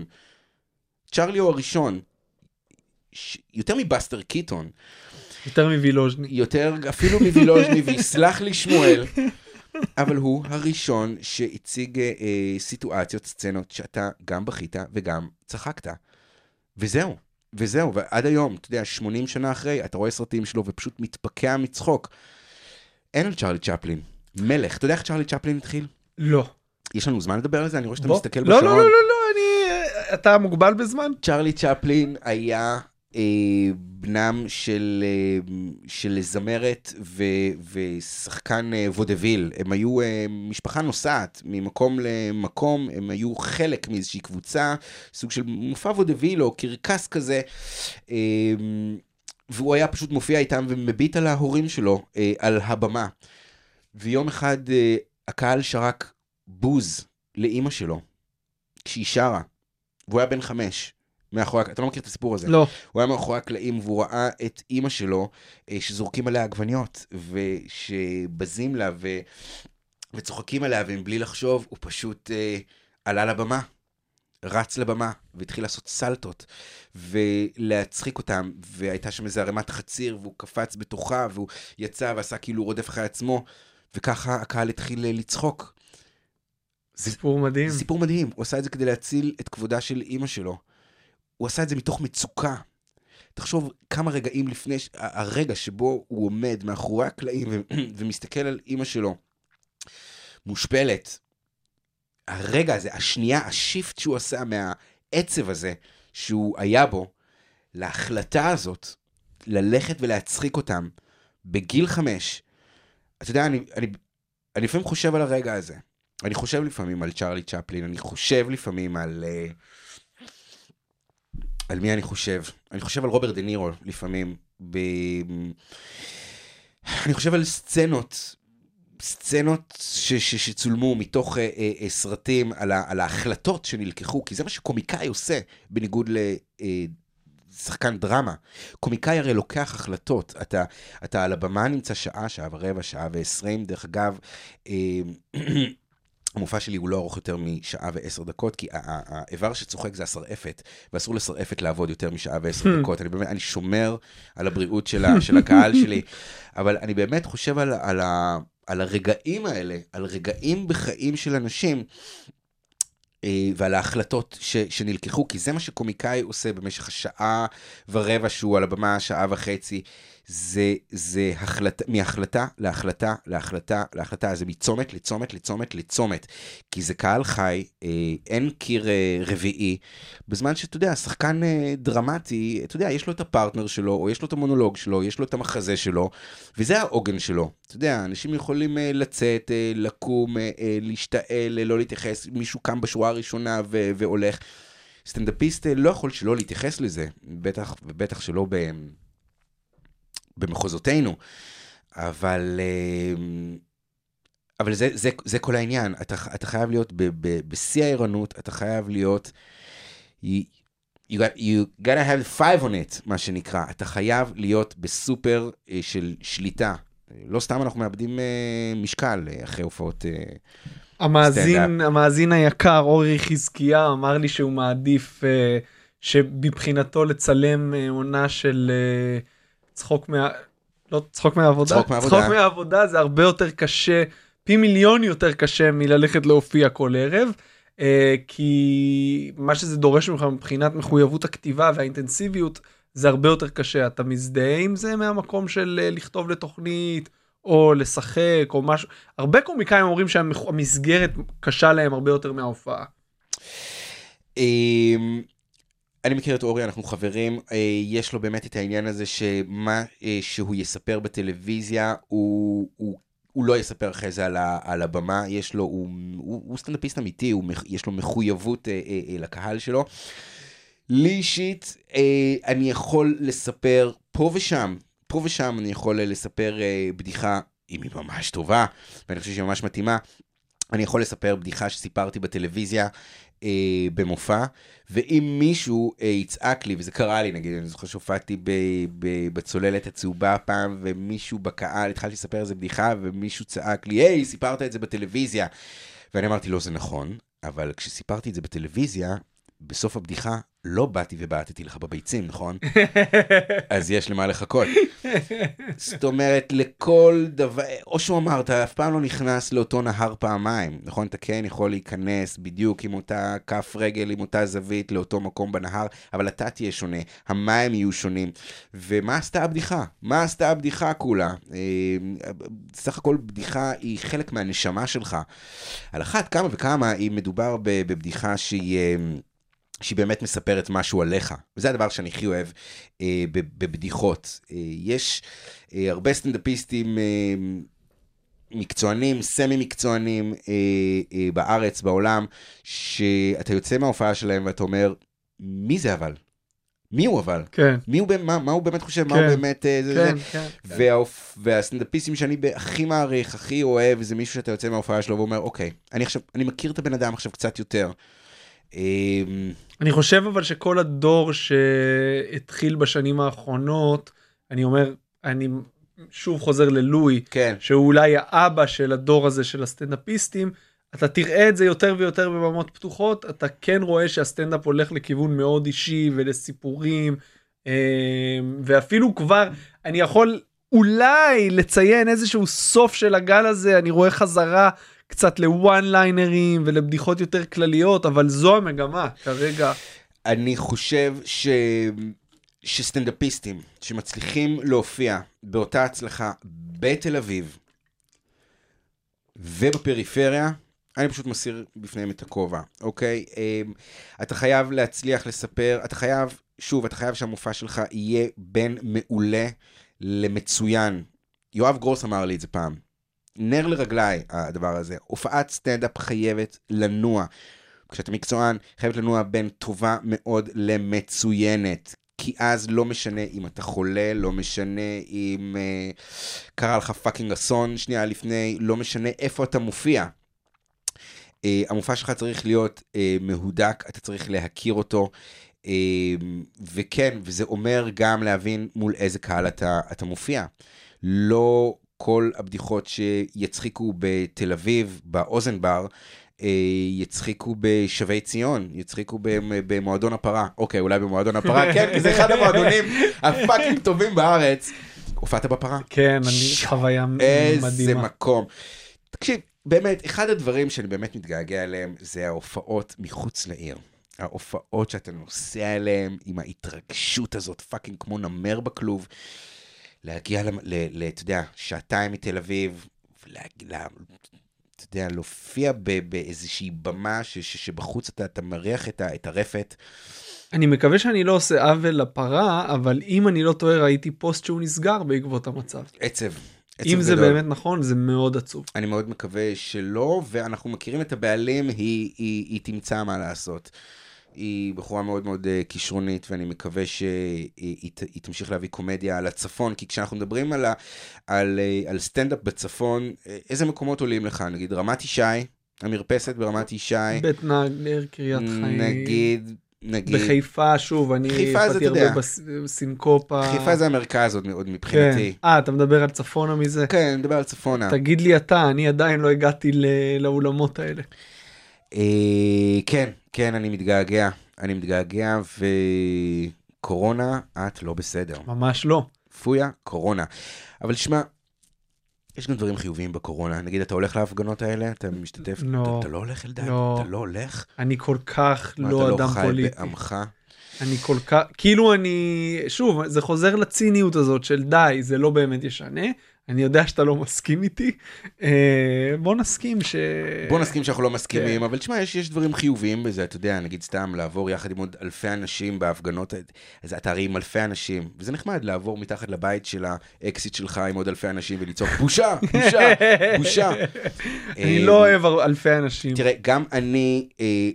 הראשון, יותר מבסטר קיטון, יותר מווילוז'ני. יותר אפילו מווילוז'ני, ויסלח לי שמואל, אבל הוא הראשון שהציג סיטואציות, סצנות, שאתה גם בכית וגם צחקת. וזהו, ועד היום, אתה יודע, 80 שנה אחרי, אתה רואה סרטים שלו ופשוט מתפקע מצחוק. אין על צ'רלי צ'פלין, מלך. אתה יודע איך צ'רלי צ'פלין התחיל? לא. יש לנו זמן לדבר על זה? אני רואה שאתה מסתכל בשעון. לא, אתה מוגבל בזמן? צ'רלי צ'פלין היה בנם של זמרת ושחקן וודוויל. הם היו משפחה נוסעת ממקום למקום, הם היו חלק מאיזושהי קבוצה, סוג של מופע וודוויל או קרקס כזה, והוא היה פשוט מופיע איתם ומביט על ההורים שלו על הבמה. ויום אחד הקהל שרק בוז לאמא שלו כשהיא שרה, והוא היה בן 5. מאחורי, אתה לא מכיר את הסיפור הזה? לא. הוא היה מאחורי הקלעים, והוא ראה את אמא שלו, שזורקים עליה עגבניות, ושבזים לה, וצוחקים עליה, ובלי לחשוב, הוא פשוט עלה לבמה, רץ לבמה, והתחיל לעשות סלטות, ולהצחיק אותם, והייתה שם איזו ערימת חציר, והוא קפץ בתוכה, והוא יצא ועשה כאילו רודף אחרי עצמו, וככה הקהל התחיל לצחוק. סיפור מדהים. סיפור מדהים. הוא עשה את זה כדי להציל את כבודה של אמא שלו. הוא עשה את זה מתוך מצוקה. תחשוב כמה רגעים לפני, הרגע שבו הוא עומד מאחורי הקלעים ומסתכל על אמא שלו, מושפלת. הרגע הזה, השנייה, השיפט שהוא עשה מהעצב הזה שהוא היה בו, להחלטה הזאת, ללכת ולהצחיק אותם בגיל 5. אתה יודע, אני לפעמים חושב על הרגע הזה. אני חושב לפעמים על צ'רלי צ'פלין, אני חושב לפעמים על מי אני חושב? אני חושב על רוברט דה נירו לפעמים. אני חושב על סצנות שצולמו מתוך סרטים על ההחלטות שנלקחו, כי זה מה שקומיקאי עושה, בניגוד לשחקן דרמה. קומיקאי הרי לוקח החלטות. אתה על הבמה נמצא שעה ורבע, שעה ו20, דרך אגב, המופע שלי הוא לא ארוך יותר משעה ו10 דקות, כי האיבר שצוחק זה השרעפת, ואסור לשרעפת לעבוד יותר משעה ו10 דקות. אני שומר על הבריאות של הקהל שלי, אבל אני באמת חושב על הרגעים האלה, על רגעים בחיים של אנשים, ועל ההחלטות שנלקחו, כי זה מה שקומיקאי עושה במשך השעה ורבע שהוא על הבמה, שעה וחצי, זה מהחלטה להחלטה להחלטה להחלטה, זה מצומת לצומת לצומת לצומת, כי זה קהל חי, אין קיר רביעי, בזמן שאתה יודע, השחקן דרמטי, אתה יודע, יש לו את הפרטנר שלו, או יש לו את המונולוג שלו, יש לו את המחזה שלו, וזה העוגן שלו. אתה יודע, אנשים יכולים לצאת, לקום, להשתעל, לא להתייחס, מישהו קם בשורה הראשונה והולך. סטנדאפיסט לא יכול שלא להתייחס לזה, בטח שלא במחוזותינו, אבל זה כל העניין. אתה חייב להיות בשיא הערנות, אתה חייב להיות, you gotta have 5 on it, מה שנקרא. אתה חייב להיות בסופר של שליטה. לא סתם אנחנו מאבדים משקל אחרי הופעות המאזין היקר, אורי חזקיה, אמר לי שהוא מעדיף שבבחינתו לצלם עונה של צחוק מהעבודה, זה הרבה יותר קשה, פי מיליון יותר קשה מללכת להופיע כל ערב, כי מה שזה דורש ממך מבחינת מחויבות הכתיבה והאינטנסיביות, זה הרבה יותר קשה. אתה מזדהה עם זה מהמקום של לכתוב לתוכנית, או לשחק, או משהו. הרבה קומיקאים אומרים שהמסגרת קשה להם הרבה יותר מההופעה. אני מכיר את אורי, אנחנו חברים, יש לו באמת את העניין הזה שמה שהוא יספר בטלוויזיה, הוא לא יספר אחרי זה על הבמה, יש לו, הוא סטנדאפיסט אמיתי, יש לו מחויבות לקהל שלו. לי אישית, אני יכול לספר פה ושם אני יכול לספר בדיחה, אם היא ממש טובה, ואני חושב שהיא ממש מתאימה, אני יכול לספר בדיחה שסיפרתי בטלוויזיה, במופע, ואם מישהו יצעק לי, וזה קרה לי, נגיד, אני זוכר שהופעתי בצוללת הצהובה פעם, ומישהו בקהל, התחלתי לספר איזה בדיחה, ומישהו צעק לי, היי, סיפרת את זה בטלוויזיה. ואני אמרתי, לא, זה נכון, אבל כשסיפרתי את זה בטלוויזיה, בסוף הבדיחה לא באתי ובעטתי לך בביצים, נכון? אז יש למה לחכות. זאת אומרת, לכל דבר, או שהוא אמר, אתה אף פעם לא נכנס לאותו נהר פעמיים, נכון? אתה כן יכול להיכנס בדיוק עם אותה כף רגל, עם אותה זווית, לאותו מקום בנהר, אבל אתה תהיה שונה, המים יהיו שונים. ומה עשתה הבדיחה? מה עשתה הבדיחה כולה? סך הכל בדיחה היא חלק מהנשמה שלך. על אחת כמה וכמה, היא מדובר בבדיחה שהיא באמת מספרת משהו עליך, וזה הדבר שאני הכי אוהב בבדיחות. יש הרבה סטנדאפיסטים מקצוענים, סמי מקצוענים בארץ, בעולם, שאתה יוצא מההופעה שלהם ואתה אומר, מי זה אבל? מי הוא אבל? כן. מה הוא באמת חושב? כן. מה הוא באמת כן. והסטנדאפיסטים שאני הכי מעריך, הכי אוהב, זה מישהו שאתה יוצא מההופעה שלו ואומר, אוקיי, אני מכיר את הבן אדם עכשיו קצת יותר. אני חושב אבל שכל הדור שהתחיל בשנים האחרונות, אני אומר, אני שוב חוזר ללואי, כן. שהוא אולי האבא של הדור הזה של הסטנדאפיסטים, אתה תראה את זה יותר ויותר בממות פתוחות, אתה כן רואה שהסטנדאפ הולך לכיוון מאוד אישי ולסיפורים, ואפילו כבר אני יכול אולי לציין איזשהו סוף של הגל הזה, אני רואה חזרה קצת לוואן ליינרים ולבדיחות יותר כלליות, אבל זו המגמה כרגע. אני חושב שסטנדאפיסטים שמצליחים להופיע באותה הצלחה בתל אביב, ובפריפריה, אני פשוט מסיר בפניהם את הכובע, אוקיי? אתה חייב להצליח לספר, אתה חייב שהמופע שלך יהיה בין מעולה למצוין. יואב גרוס אמר לי את זה פעם. נר לרגליי, הדבר הזה. הופעת סטנדאפ חייבת לנוע. כשאתה מקצוען, חייבת לנוע בין טובה מאוד למצוינת. כי אז לא משנה אם אתה חולה, לא משנה אם קרה לך פאקינג אסון שנייה לפני, לא משנה איפה אתה מופיע. המופע שלך צריך להיות מהודק, אתה צריך להכיר אותו, וכן, וזה אומר גם להבין מול איזה קהל אתה מופיע. לא כל הבדיחות שיצחיקו בתל אביב, באוזן בר, יצחיקו בשבי ציון, יצחיקו במועדון הפרה. אוקיי, אולי במועדון הפרה, כן, כי זה אחד המועדונים הפאקינג טובים בארץ. הופעת בפרה? כן, חוויה מדהימה. איזה מקום. תקשיב, באמת, אחד הדברים שאני באמת מתגעגע אליהם, זה ההופעות מחוץ לעיר. ההופעות שאתה נוסע אליהם, עם ההתרגשות הזאת, פאקינג כמו נמר בכלוב, להגיע, אתה יודע, שעתיים מתל אביב, אתה יודע, להופיע באיזושהי במה שבחוץ אתה מריח את הרפת. אני מקווה שאני לא עושה עוול לפרה, אבל אם אני לא טועה, ראיתי פוסט שהוא נסגר בעקבות המצב. עצב. אם זה באמת נכון, זה מאוד עצוב. אני מאוד מקווה שלא, ואנחנו מכירים את הבעלים, היא תמצא מה לעשות. היא בחורה מאוד מאוד כישרונית, ואני מקווה שהיא תמשיך להביא קומדיה על הצפון, כי כשאנחנו מדברים על סטנדאפ בצפון, איזה מקומות עולים לך? נגיד רמת ישי, המרפסת ברמת ישי. בית נגר, קריית חיים. נגיד. בחיפה, שוב, אני פתי הרבה בסינקופה. חיפה זה המרכז עוד מבחינתי. כן. אתה מדבר על צפונה מזה? כן, אני מדבר על צפונה. תגיד לי אתה, אני עדיין לא הגעתי לאולמות האלה. כן, אני מתגעגע, וקורונה, את לא בסדר. ממש לא. פויה, קורונה. אבל שמע, יש גם דברים חיוביים בקורונה. נגיד, אתה הולך להפגנות האלה, אתה משתתף, לא. אתה לא הולך אלדד? לא. אתה לא הולך? אני כל כך לא אדם פוליטי. אתה לא חי בעמך? אני כל כך, כאילו שוב, זה חוזר לציניות הזאת של די, זה לא באמת ישנה. אני יודע שאתה לא מסכים איתי. בוא נסכים שאנחנו לא מסכימים, אבל תשמע, יש דברים חיוביים בזה, אתה יודע, נגיד סתם לעבור יחד עם עוד אלפי אנשים בהפגנות, אז אתה הרי עם אלפי אנשים, וזה נחמד לעבור מתחת לבית של האקסיט שלך עם עוד אלפי אנשים וליצור בושה, בושה, בושה. אני לא אוהב אלפי אנשים. תראה, גם אני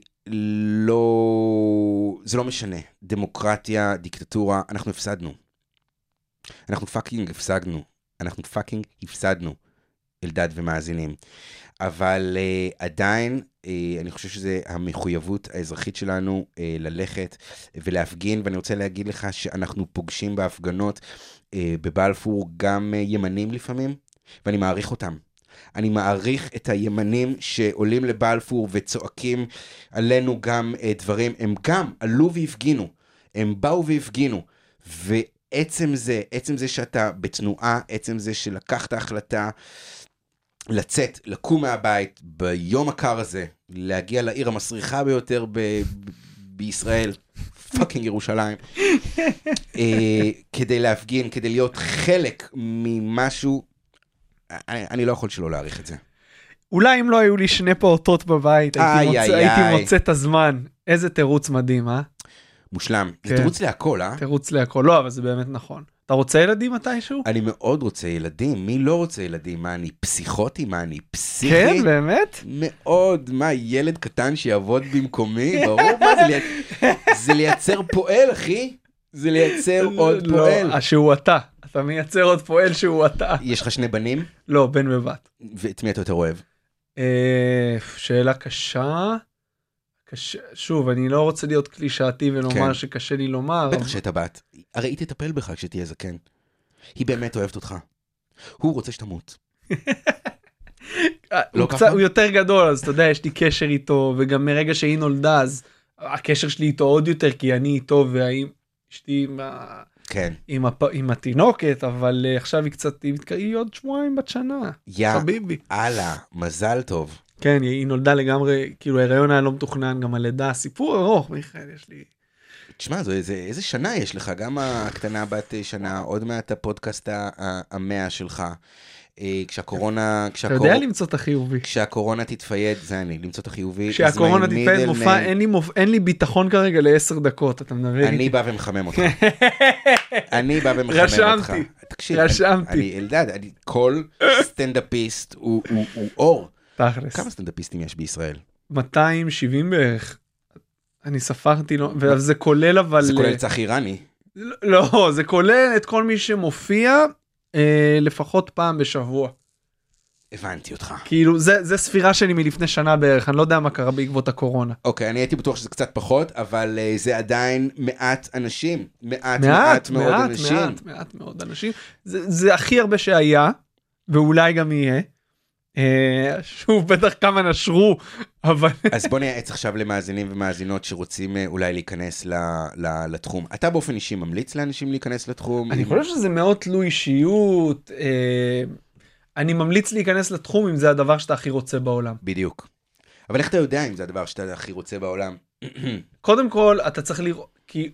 זה לא משנה, דמוקרטיה, דיקטטורה, אנחנו הפסדנו. אנחנו פאקינג הפסדנו, אלדד ומאזינים. אבל עדיין, אני חושב שזה המחויבות האזרחית שלנו ללכת ולהפגין, ואני רוצה להגיד לך שאנחנו פוגשים בהפגנות בבלפור גם ימנים לפעמים, ואני מעריך אותם. אני מעריך את הימנים שעולים לבלפור וצועקים עלינו גם דברים, הם גם עלו והפגינו, הם באו והפגינו, עצם זה שאתה בתנועה, עצם זה שלקחת החלטה לצאת, לקום מהבית ביום הקר הזה, להגיע לעיר המסריחה ביותר בישראל, פאקינג ירושלים, כדי להפגין, כדי להיות חלק ממשהו, אני לא יכול שלא להעריך את זה. אולי אם לא היו לי שני פעוטות בבית, הייתי מוצא את הזמן. איזה תירוץ מדהים, אה? מושלם. זה תירוץ להכל, אה? תירוץ להכל, לא, אבל זה באמת נכון. אתה רוצה ילדים מתישהו? אני מאוד רוצה ילדים. מי לא רוצה ילדים? מה, אני פסיכוטי? מה, אני פסיכי? כן, באמת? מאוד. מה, ילד קטן שיעבוד במקומי? ברור, מה זה לייצר פועל, אחי? זה לייצר עוד פועל. לא, שהוא אתה. אתה מייצר עוד פועל שהוא אתה. יש לך שני בנים? לא, בן ובת. ואת מי אתה יותר אוהב? שאלה קשה. שוב, אני לא רוצה להיות קלישאתי ולומר שקשה לי לומר. בטח שאתה בת. הרי היא תטפל בך כשתהיה זקן. היא באמת אוהבת אותך. הוא רוצה שתמות. הוא יותר גדול, אז אתה יודע, יש לי קשר איתו, וגם מרגע שהיא נולדה, אז הקשר שלי איתו עוד יותר, כי אני איתו ואשתי עם התינוקת, אבל עכשיו היא עוד שבועיים בת שנה. חביבי. הלאה, מזל טוב. כן, היא נולדה לגמרי, כאילו ההיריון היה לא מתוכנן, גם הלידה, סיפור ארוך, מיכאל, יש לי... תשמע, איזה שנה יש לך, גם הקטנה בת שנה, עוד מעט הפודקאסט 100 שלך. כשהקורונה... אתה יודע למצוא את החיובי. כשהקורונה תתפייד, זה אני, למצוא את החיובי. כשהקורונה תתפייד מופע, אין לי ביטחון כרגע ל10 דקות, אתה מבין? אני בא ומחמם אותך. אני בא ומחמם אותך. רשמתי. תקשיב, אני אלדד, כל סטנדאפיסט הוא אור. תכלס. כמה סטנדאפיסטים יש בישראל? 270 בערך. אני ספרתי, וזה כולל אבל... זה כולל צחי איראני. לא, זה כולל את כל מי שמופיע לפחות פעם בשבוע. הבנתי אותך. כאילו, זה ספירה שלי מלפני שנה בערך, אני לא יודע מה קרה בעקבות הקורונה. אוקיי, אני הייתי בטוח שזה קצת פחות, אבל זה עדיין מעט אנשים. מעט מאוד אנשים. זה הכי הרבה שהיה, ואולי גם יהיה. שוב, בטח כמה נשרו, אבל... אז בוא נייעץ עכשיו למאזינים ומאזינות שרוצים אולי להיכנס לתחום. אתה באופן אישי ממליץ לאנשים להיכנס לתחום? אני חושב שזה מאוד תלוי אישיות. אני ממליץ להיכנס לתחום אם זה הדבר שאתה הכי רוצה בעולם. בדיוק. אבל איך אתה יודע אם זה הדבר שאתה הכי רוצה בעולם? קודם כל, אתה צריך לראות, כי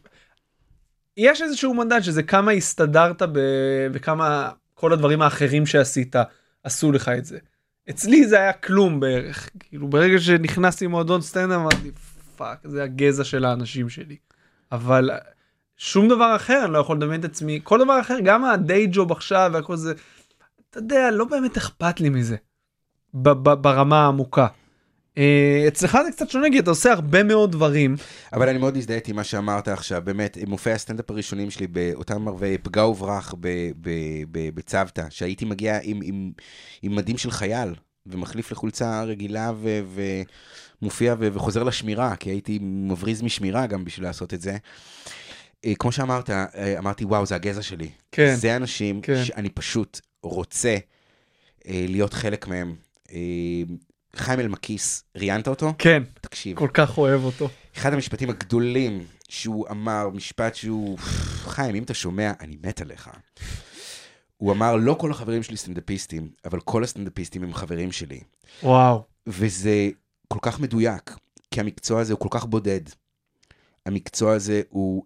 יש איזשהו מנדט שזה כמה הסתדרת וכמה כל הדברים האחרים שעשית עשו לך את זה. אצלי זה היה כלום בערך, כאילו ברגע שנכנסתי מועדון סטנדאפ, אמרתי, פאק, זה הגזע של האנשים שלי. אבל שום דבר אחר, אני לא יכול לדמיין את עצמי, כל דבר אחר, גם הדיי ג'וב עכשיו והכל זה, אתה יודע, לא באמת אכפת לי מזה, ברמה העמוקה. אצלך זה קצת שונה, כי אתה עושה הרבה מאוד דברים. אבל אני מאוד הזדהיתי מה שאמרת עכשיו, באמת, מופעי הסטנדאפ הראשונים שלי, באותם ערבי פגע וברח בצוותא, שהייתי מגיע עם מדים של חייל, ומחליף לחולצה רגילה, ומופיע וחוזר לשמירה, כי הייתי מבריז משמירה גם בשביל לעשות את זה. כמו שאמרת, אמרתי, וואו, זה הגזע שלי. כן. זה אנשים שאני פשוט רוצה להיות חלק מהם. חיים אלמקיס, ראיינת אותו? כן. תקשיב. כל כך אוהב אותו. אחד המשפטים הגדולים שהוא אמר, משפט שהוא, חיים, אם אתה שומע, אני מת עליך. הוא אמר, לא כל החברים שלי סטנדאפיסטים, אבל כל הסטנדאפיסטים הם חברים שלי. וואו. וזה כל כך מדויק, כי המקצוע הזה הוא כל כך בודד. המקצוע הזה הוא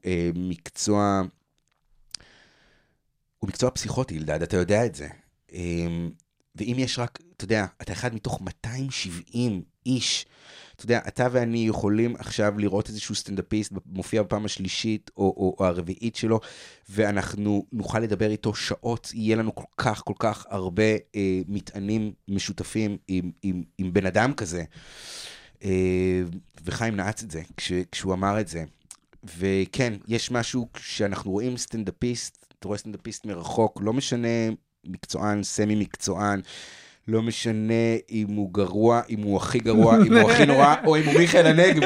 מקצוע פסיכוטי, אלדד, אתה יודע את זה. ואם יש רק, אתה יודע, אתה אחד מתוך 270 איש, אתה יודע, אתה ואני יכולים עכשיו לראות איזשהו סטנדאפיסט, מופיע בפעם השלישית או הרביעית שלו, ואנחנו נוכל לדבר איתו שעות, יהיה לנו כל כך הרבה מטענים משותפים עם בן אדם כזה. וחיים נעץ את זה, כשהוא אמר את זה. וכן, יש משהו שאנחנו רואים סטנדאפיסט, אתה רואה סטנדאפיסט מרחוק, לא משנה מקצוען, סמי מקצוען, לא משנה אם הוא גרוע, אם הוא הכי גרוע, אם הוא הכי נורא, או אם הוא מיכאל הנגבי.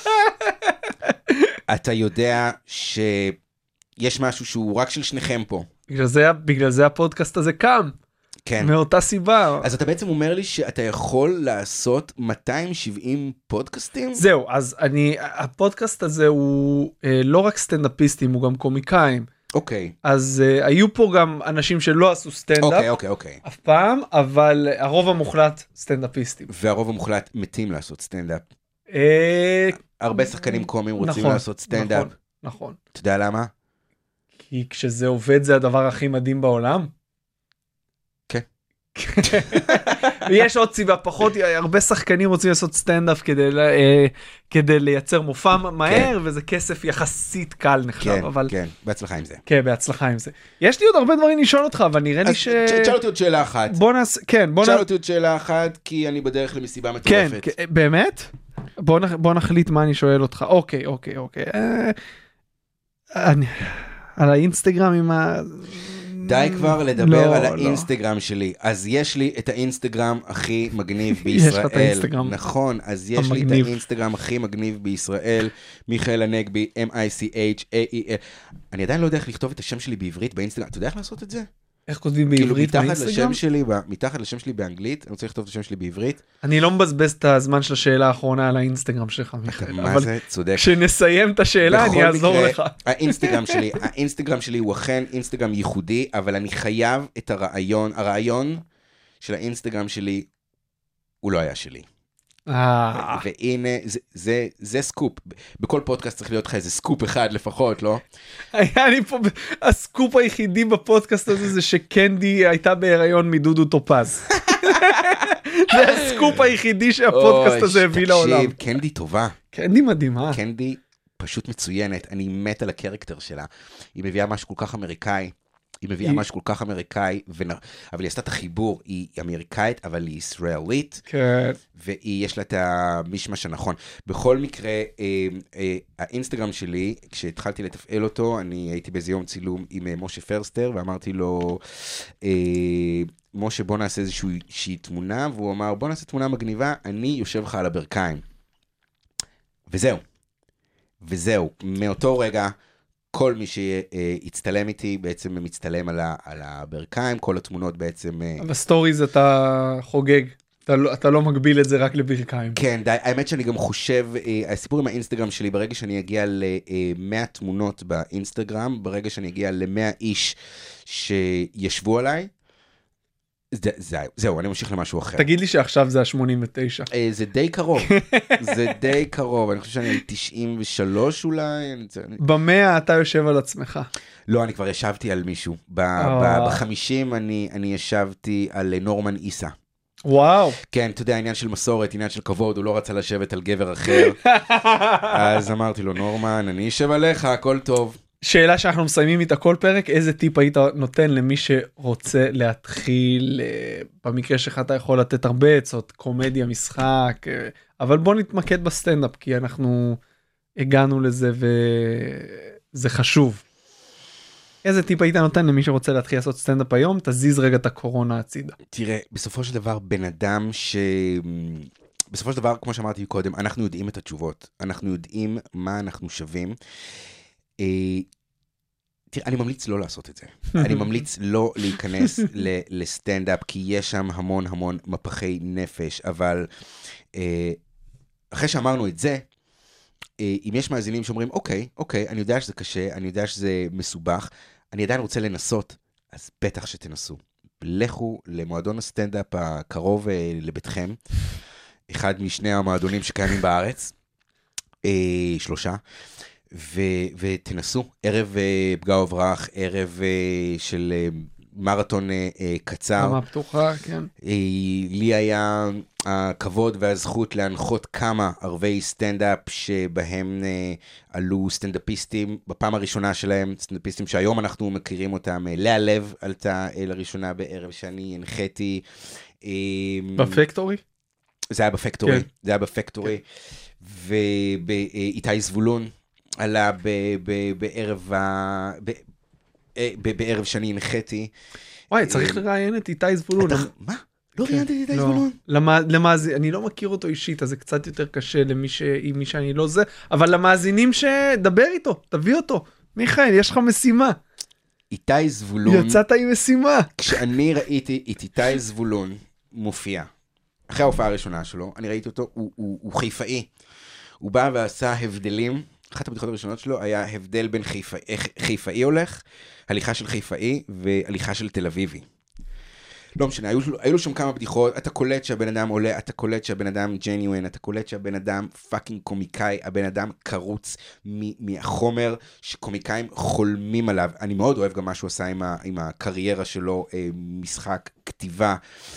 אתה יודע שיש משהו שהוא רק של שניכם פה. בגלל זה הפודקאסט הזה קם. כן. מאותה סיבה. אז אתה בעצם אומר לי שאתה יכול לעשות 270 פודקאסטים? זהו, אז הפודקאסט הזה הוא לא רק סטנדאפיסטים, הוא גם קומיקאים. אוקיי. אז היו פה גם אנשים שלא עשו סטנדאפ. אוקיי. אף פעם, אבל הרוב המוחלט סטנדאפיסטים. והרוב המוחלט מתים לעשות סטנדאפ. הרבה שחקנים קומיים רוצים לעשות סטנדאפ. נכון. אתה יודע למה? כי כשזה עובד זה הדבר הכי מדהים בעולם. ויש עוד סיבה פחות, הרבה שחקנים רוצים לעשות סטנדאפ כדי לייצר מופע מהר, וזה כסף יחסית קל נחשב. כן, בהצלחה עם זה. כן, בהצלחה עם זה. יש לי עוד הרבה דברים לשאול אותך, אבל נראה לי תשאל אותי עוד שאלה אחת. תשאל אותי עוד שאלה אחת, כי אני בדרך למסיבה מטורפת. כן, באמת? בוא נחליט מה אני שואל אותך. אוקיי. על האינסטגרם עם ה... די כבר לדבר על האינסטגרם שלי. אז יש לי את האינסטגרם הכי מגניב בישראל. יש לך את האינסטגרם. נכון, אז יש לי את האינסטגרם הכי מגניב בישראל, מיכאל הנגבי, M-I-C-H-A-E-L. אני עדיין לא יודע איך לכתוב את השם שלי בעברית באינסטגרם. אתה יודע איך לעשות את זה? איך כותבים בעברית באינסטגרם? מתחת לשם שלי באנגלית, אני רוצה לכתוב את השם שלי בעברית. אני לא מבזבז את הזמן של השאלה האחרונה על האינסטגרם שלך, מיכאל. מה זה? צודק. כשנסיים את השאלה, אני אעזור לך. האינסטגרם שלי הוא אכן אינסטגרם ייחודי, אבל אני חייב את הרעיון של האינסטגרם שלי, הוא לא היה שלי. והנה, זה סקופ. בכל פודקאסט צריך להיות לך איזה סקופ אחד לפחות, לא? היה לי פה, הסקופ היחידי בפודקאסט הזה זה שקנדי הייתה בהיריון מדודו טופז. זה הסקופ היחידי שהפודקאסט הזה הביא לעולם. תקשיב, קנדי טובה. קנדי מדהימה. קנדי פשוט מצוינת, אני מת על הקרקטר שלה. היא מביאה משהו כל כך אמריקאי. אבל היא עשתה את החיבור, היא אמריקאית, אבל היא ישראלית, כן. ויש לה את המשמש הנכון. בכל מקרה, האינסטגרם שלי, כשהתחלתי לתפעל אותו, אני הייתי באיזה יום צילום עם משה פרסטר, ואמרתי לו, משה, בוא נעשה איזושהי תמונה, והוא אמר, בוא נעשה תמונה מגניבה, אני יושב לך על הברכיים. וזהו. מאותו רגע, כל מי שיצטלם איתי בעצם מצטלם על הברכיים, כל התמונות בעצם... בסטוריז אתה חוגג, אתה לא מגביל את זה רק לברכיים. כן, האמת שאני גם חושב, הסיפור עם האינסטגרם שלי, ברגע שאני אגיע ל-100 תמונות באינסטגרם, ברגע שאני אגיע ל-100 איש שישבו עליי, זהו, אני ממשיך למשהו אחר. תגיד לי שעכשיו זה ה-89. זה די קרוב, אני חושב שאני 93 אולי. ב-100 אתה יושב על עצמך. לא, אני כבר ישבתי על מישהו. ב-50 אני ישבתי על נורמן איסה. וואו. כן, אתה יודע, עניין של מסורת, עניין של כבוד, הוא לא רצה לשבת על גבר אחר. אז אמרתי לו, נורמן, אני אשב עליך, הכל טוב. שאלה שאנחנו מסיימים איתה כל פרק, איזה טיפ היית נותן למי שרוצה להתחיל, במקרה שלך אתה יכול לתת הרבה עצות, קומדיה, משחק, אבל בוא נתמקד בסטנדאפ, כי אנחנו הגענו לזה וזה חשוב. איזה טיפ היית נותן למי שרוצה להתחיל לעשות סטנדאפ היום? תזיז רגע את הקורונה הצידה. תראה, בסופו של דבר, בן אדם בסופו של דבר, כמו שאמרתי קודם, אנחנו יודעים את התשובות, אנחנו יודעים מה אנחנו שווים, תראה, אני ממליץ לא לעשות את זה. אני ממליץ לא להיכנס לסטנדאפ, כי יש שם המון מפחי נפש, אבל אחרי שאמרנו את זה, אם יש מאזינים שאומרים, אוקיי, אני יודע שזה קשה, אני יודע שזה מסובך, אני עדיין רוצה לנסות, אז בטח שתנסו. לכו למועדון הסטנדאפ הקרוב לביתכם, אחד משני המועדונים שקיימים בארץ, 3, ותנסו, ערב פגע וברח, ערב של מרתון קצר. במה פתוחה, כן. לי היה הכבוד והזכות להנחות כמה ערבי סטנדאפ שבהם עלו סטנדאפיסטים בפעם הראשונה שלהם, סטנדאפיסטים שהיום אנחנו מכירים אותם. לאה לב עלתה לראשונה בערב שאני הנחיתי. בפקטורי? זה היה בפקטורי, כן. זה היה בפקטורי. ואיתי זבולון עלה בערב שאני הנחיתי. וואי, צריך לראיין את איתי זבולון. מה? לא ראיינתי את איתי זבולון? אני לא מכיר אותו אישית, אז זה קצת יותר קשה למי שאני לא זה, אבל למאזינים שדבר איתו, תביא אותו. מיכאל, יש לך משימה. איתי זבולון. יצאת עם משימה. כשאני ראיתי את איתי זבולון מופיע, אחרי ההופעה הראשונה שלו, אני ראיתי אותו, הוא חיפאי. הוא בא ועשה הבדלים, אחת הבדיחות הראשונות שלו היה הבדל בין חיפאי הולך, הליכה של חיפאי והליכה של תל אביבי. לא משנה, היו לו שם כמה בדיחות, אתה קולט שהבן אדם עולה, אתה קולט שהבן אדם ג'ניואן, אתה קולט שהבן אדם פאקינג קומיקאי, הבן אדם קרוץ מהחומר שקומיקאים חולמים עליו. אני מאוד אוהב גם מה שהוא עשה עם הקריירה שלו, משחק, כתיבה.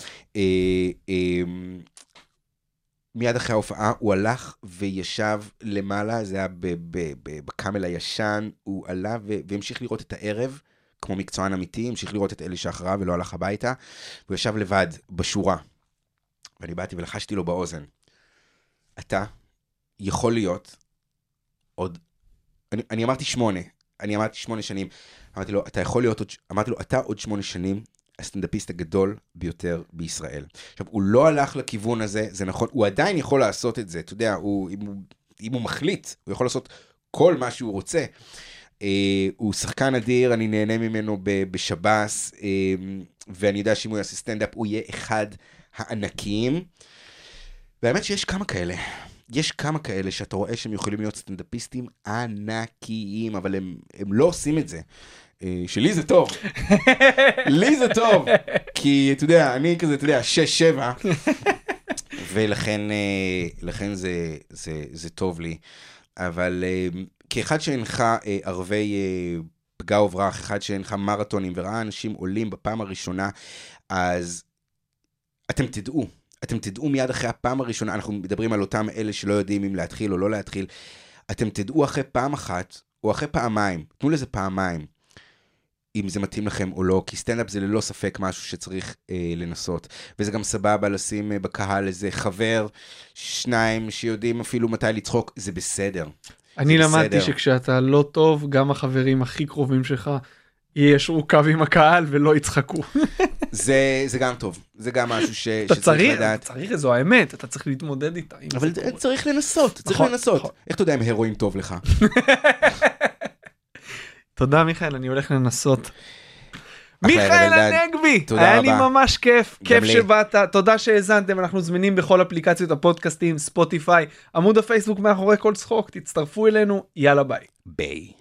מיד אחרי ההופעה הוא הלך וישב למעלה, זה היה בקאמל הישן, הוא עלה והמשיך לראות את הערב, כמו מקצוען אמיתי, המשיך לראות את אלה שאחריו ולא הלך הביתה, הוא ישב לבד בשורה, ואני באתי ולחשתי לו באוזן, אתה יכול להיות עוד, אני אמרתי 8 שנים, אמרתי לו, אתה יכול להיות, אמרתי לו, אתה עוד 8 שנים, הסטנדאפיסט הגדול ביותר בישראל. עכשיו, הוא לא הלך לכיוון הזה, זה נכון, הוא עדיין יכול לעשות את זה, אתה יודע, אם הוא מחליט, הוא יכול לעשות כל מה שהוא רוצה. הוא שחקן אדיר, אני נהנה ממנו בשב"ס, ואני יודע שאם הוא יעשה סטנדאפ, הוא יהיה אחד הענקיים. והאמת שיש כמה כאלה. יש כמה כאלה שאתה רואה שהם יכולים להיות סטנדאפיסטים ענקיים, אבל הם לא עושים את זה. שלי זה טוב. לי זה טוב. כי, אתה יודע, אני כזה, אתה יודע, 6-7. ולכן זה טוב לי. אבל כאחד שהנחה ערבי פגע וברח, אחד שהנחה מרתונים וראה אנשים עולים בפעם הראשונה, אז אתם תדעו מיד אחרי הפעם הראשונה, אנחנו מדברים על אותם אלה שלא יודעים אם להתחיל או לא להתחיל, אתם תדעו אחרי פעם אחת, או אחרי פעמיים, תנו לזה פעמיים, אם זה מתאים לכם או לא, כי סטנדאפ זה ללא ספק משהו שצריך לנסות, וזה גם סבבה לשים בקהל איזה חבר, שניים שיודעים אפילו מתי לצחוק, זה בסדר. אני למדתי שכשאתה לא טוב, גם החברים הכי קרובים שלך, יישרו קו עם הקהל ולא יצחקו. זה גם טוב, זה גם משהו שצריך לדעת. אתה צריך, זו האמת, אתה צריך להתמודד איתה. אבל צריך לנסות, צריך לנסות. איך אתה יודע אם הרואין טוב לך? תודה מיכאל, אני הולך לנסות. מיכאל הנגבי, היה לי ממש כיף, כיף שבאת, תודה שהאזנתם, אנחנו זמינים בכל אפליקציות הפודקאסטים, ספוטיפיי, עמוד הפייסבוק מאחורי כל צחוק, תצטרפו אלינו, יאללה ביי. ביי.